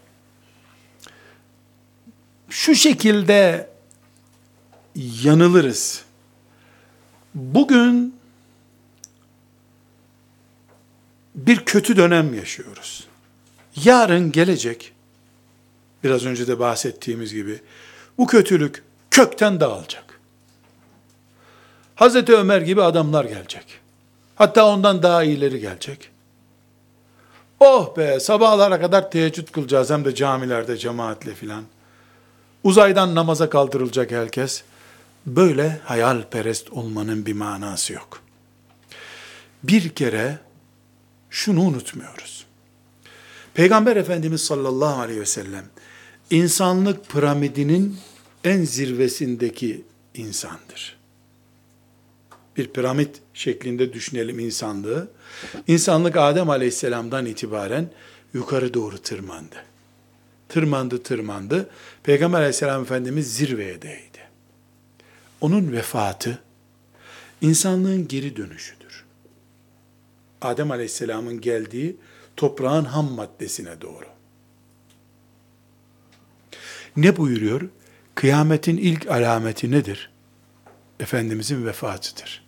Şu şekilde yanılırız. Bugün bir kötü dönem yaşıyoruz. Yarın gelecek, biraz önce de bahsettiğimiz gibi, bu kötülük kökten dağılacak. Hazreti Ömer gibi adamlar gelecek. Hatta ondan daha iyileri gelecek. Oh be, sabahlara kadar teheccüd kılacağız, hem de camilerde cemaatle filan. Uzaydan namaza kaldırılacak herkes. Böyle hayalperest olmanın bir manası yok. Bir kere şunu unutmuyoruz. Peygamber Efendimiz sallallahu aleyhi ve sellem insanlık piramidinin en zirvesindeki insandır. Bir piramit şeklinde düşünelim insanlığı. İnsanlık Adem aleyhisselamdan itibaren yukarı doğru tırmandı. Tırmandı. Peygamber aleyhisselam Efendimiz zirveye değdi. Onun vefatı, insanlığın geri dönüşüdür. Adem aleyhisselamın geldiği toprağın ham maddesine doğru. Ne buyuruyor? Kıyametin ilk alameti nedir? Efendimizin vefatıdır.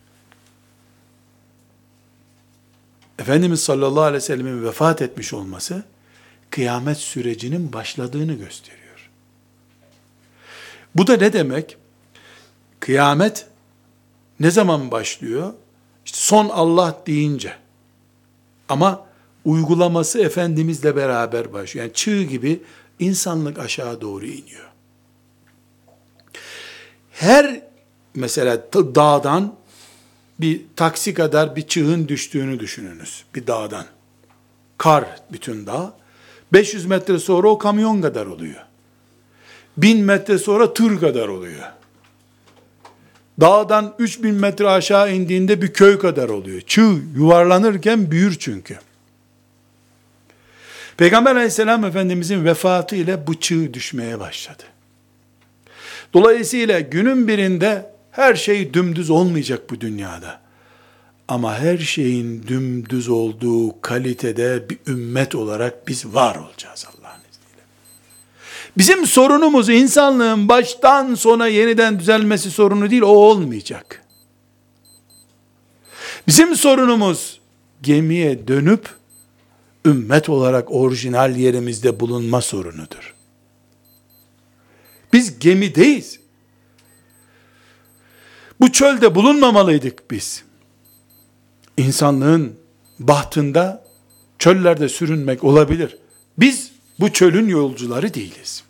Efendimiz sallallahu aleyhi ve sellemin vefat etmiş olması, kıyamet sürecinin başladığını gösteriyor. Bu da ne demek? Kıyamet ne zaman başlıyor? İşte son Allah deyince. Ama uygulaması Efendimizle beraber başlıyor. Yani çığ gibi insanlık aşağı doğru iniyor. Her mesela dağdan bir taksi kadar bir çığın düştüğünü düşününüz. Bir dağdan. Kar bütün dağ. 500 metre sonra o kamyon kadar oluyor. 1000 metre sonra tır kadar oluyor. Dağdan 3000 metre aşağı indiğinde bir köy kadar oluyor. Çığ yuvarlanırken büyür çünkü. Peygamber aleyhisselam Efendimizin vefatı ile bu çığ düşmeye başladı. Dolayısıyla günün birinde her şey dümdüz olmayacak bu dünyada. Ama her şeyin dümdüz olduğu kalitede bir ümmet olarak biz var olacağız Allah'ın izniyle. Bizim sorunumuz insanlığın baştan sona yeniden düzelmesi sorunu değil, o olmayacak. Bizim sorunumuz gemiye dönüp ümmet olarak orijinal yerimizde bulunma sorunudur. Biz gemideyiz. Bu çölde bulunmamalıydık biz. İnsanlığın bahtında çöllerde sürünmek olabilir. Biz bu çölün yolcuları değiliz.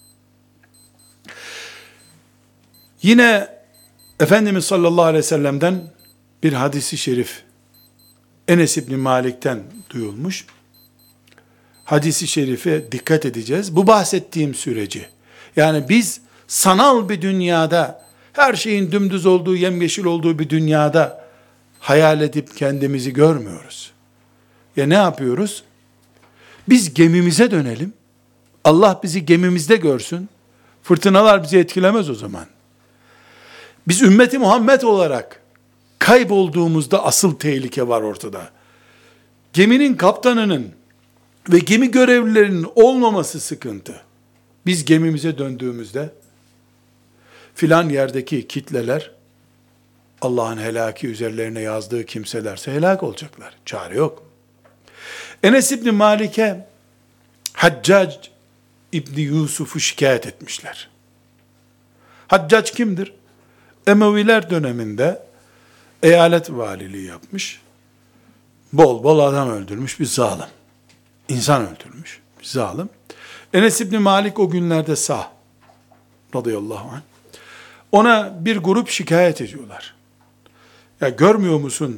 Yine Efendimiz sallallahu aleyhi ve sellem'den bir hadisi şerif Enes İbni Malik'ten duyulmuş. Hadisi şerife dikkat edeceğiz. Bu bahsettiğim süreci, yani biz sanal bir dünyada, her şeyin dümdüz olduğu, yemyeşil olduğu bir dünyada hayal edip kendimizi görmüyoruz. Ya ne yapıyoruz? Biz gemimize dönelim. Allah bizi gemimizde görsün. Fırtınalar bizi etkilemez o zaman. Biz ümmeti Muhammed olarak kaybolduğumuzda asıl tehlike var ortada. Geminin kaptanının ve gemi görevlilerinin olmaması sıkıntı. Biz gemimize döndüğümüzde filan yerdeki kitleler, Allah'ın helaki üzerlerine yazdığı kimselerse helak olacaklar. Çare yok. Enes İbni Malik'e Haccac İbni Yusuf'u şikayet etmişler. Haccac kimdir? Emeviler döneminde eyalet valiliği yapmış. Bol bol adam öldürmüş bir zalim. İnsan öldürmüş bir zalim. Enes İbni Malik o günlerde sağ. Radıyallahu anh. Ona bir grup şikayet ediyorlar. Ya görmüyor musun?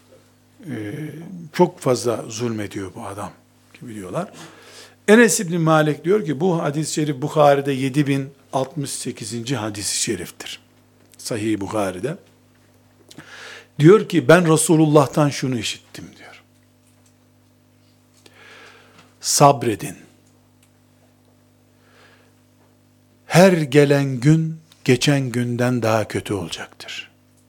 Çok fazla zulmediyor bu adam gibi diyorlar. Enes İbni Malik diyor ki bu hadis-i şerif Bukhari'de 7068. hadis-i şeriftir. Sahih Bukhari'de. Diyor ki ben Resulullah'tan şunu işittim diyor. Sabredin. Her gelen gün geçen günden daha kötü olacaktır.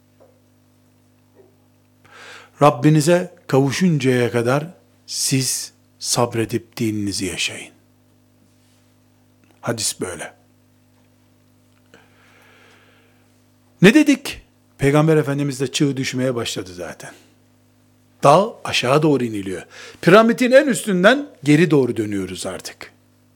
Rabbinize kavuşuncaya kadar siz sabredip dininizi yaşayın. Hadis böyle. Ne dedik? Peygamber Efendimiz de çığ düşmeye başladı zaten. Dağ aşağı doğru iniliyor. Piramidin en üstünden geri doğru dönüyoruz artık.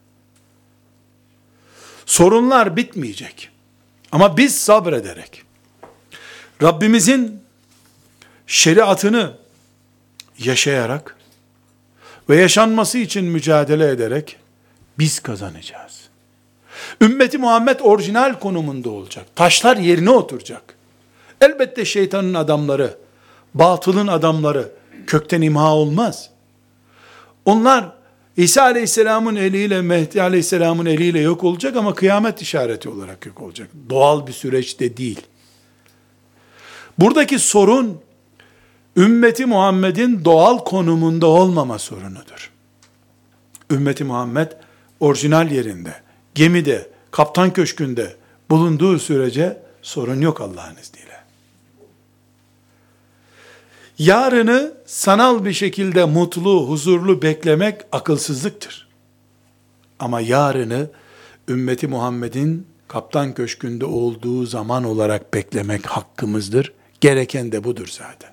Sorunlar bitmeyecek. Ama biz sabrederek, Rabbimizin şeriatını yaşayarak ve yaşanması için mücadele ederek biz kazanacağız. Ümmeti Muhammed orijinal konumunda olacak. Taşlar yerine oturacak. Elbette şeytanın adamları, batılın adamları kökten imha olmaz. Onlar İsa Aleyhisselam'ın eliyle, Mehdi Aleyhisselam'ın eliyle yok olacak ama kıyamet işareti olarak yok olacak. Doğal bir süreçte değil. Buradaki sorun, ümmeti Muhammed'in doğal konumunda olmama sorunudur. Ümmeti Muhammed, orijinal yerinde, gemide, kaptan köşkünde bulunduğu sürece sorun yok Allah'ın izniyle. Yarını sanal bir şekilde mutlu, huzurlu beklemek akılsızlıktır. Ama yarını ümmeti Muhammed'in kaptan köşkünde olduğu zaman olarak beklemek hakkımızdır. Gereken de budur zaten.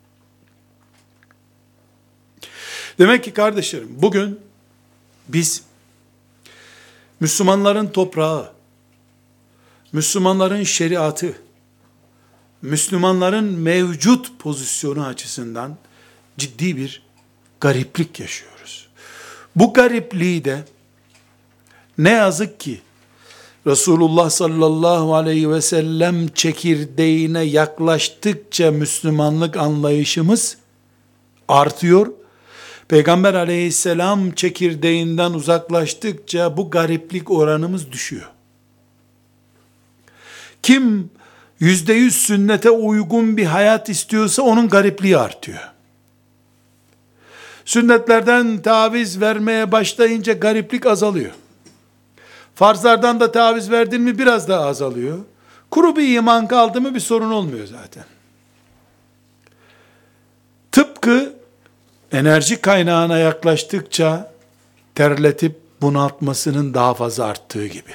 Demek ki kardeşlerim, bugün biz Müslümanların toprağı, Müslümanların şeriatı, Müslümanların mevcut pozisyonu açısından ciddi bir gariplik yaşıyoruz. Bu garipliği de ne yazık ki Resulullah sallallahu aleyhi ve sellem çekirdeğine yaklaştıkça Müslümanlık anlayışımız artıyor. Peygamber aleyhisselam çekirdeğinden uzaklaştıkça bu gariplik oranımız düşüyor. Kim %100 sünnete uygun bir hayat istiyorsa onun garipliği artıyor. Sünnetlerden taviz vermeye başlayınca gariplik azalıyor. Farzlardan da taviz verdin mi biraz daha azalıyor. Kuru bir iman kaldı mı bir sorun olmuyor zaten. Tıpkı enerji kaynağına yaklaştıkça terletip bunaltmasının daha fazla arttığı gibi.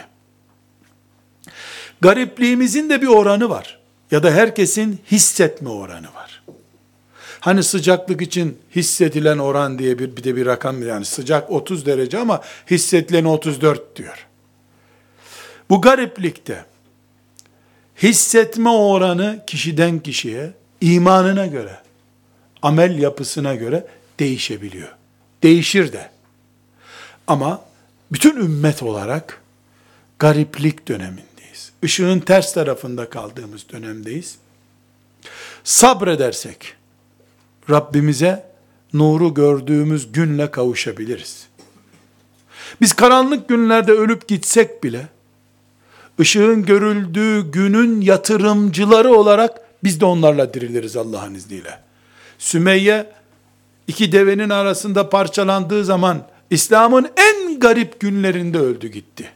Garipliğimizin de bir oranı var. Ya da herkesin hissetme oranı var. Hani sıcaklık için hissedilen oran diye bir de bir rakam, yani sıcak 30 derece ama hissedilen 34 diyor. Bu gariplikte hissetme oranı kişiden kişiye, imanına göre, amel yapısına göre değişebiliyor. Değişir de. Ama bütün ümmet olarak gariplik dönemindeyiz. Işığın ters tarafında kaldığımız dönemdeyiz. Sabredersek Rabbimize nuru gördüğümüz günle kavuşabiliriz. Biz karanlık günlerde ölüp gitsek bile ışığın görüldüğü günün yatırımcıları olarak biz de onlarla diriliriz Allah'ın izniyle. Sümeyye iki devenin arasında parçalandığı zaman İslam'ın en garip günlerinde öldü gitti.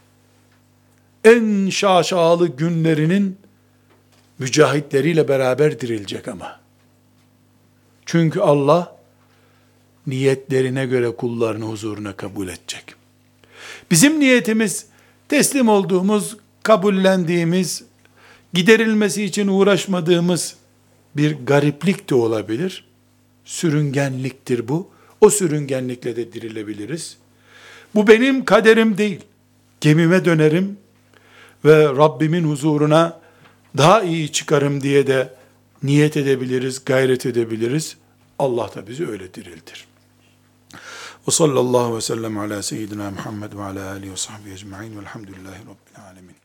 En şaşalı günlerinin mücahitleriyle beraber dirilecek ama. Çünkü Allah niyetlerine göre kullarını huzuruna kabul edecek. Bizim niyetimiz teslim olduğumuz, kabullendiğimiz, giderilmesi için uğraşmadığımız bir gariplik de olabilir. Sürüngenliktir bu. O sürüngenlikle de dirilebiliriz. Bu benim kaderim değil. Gemime dönerim ve Rabbimin huzuruna daha iyi çıkarım diye de niyet edebiliriz, gayret edebiliriz. Allah da bizi öyle diriltir. Ve sallallahu ve sellem ala seyyidina Muhammed ve ala alihi ve sahbihi ecma'in velhamdülillahi rabbil alemin.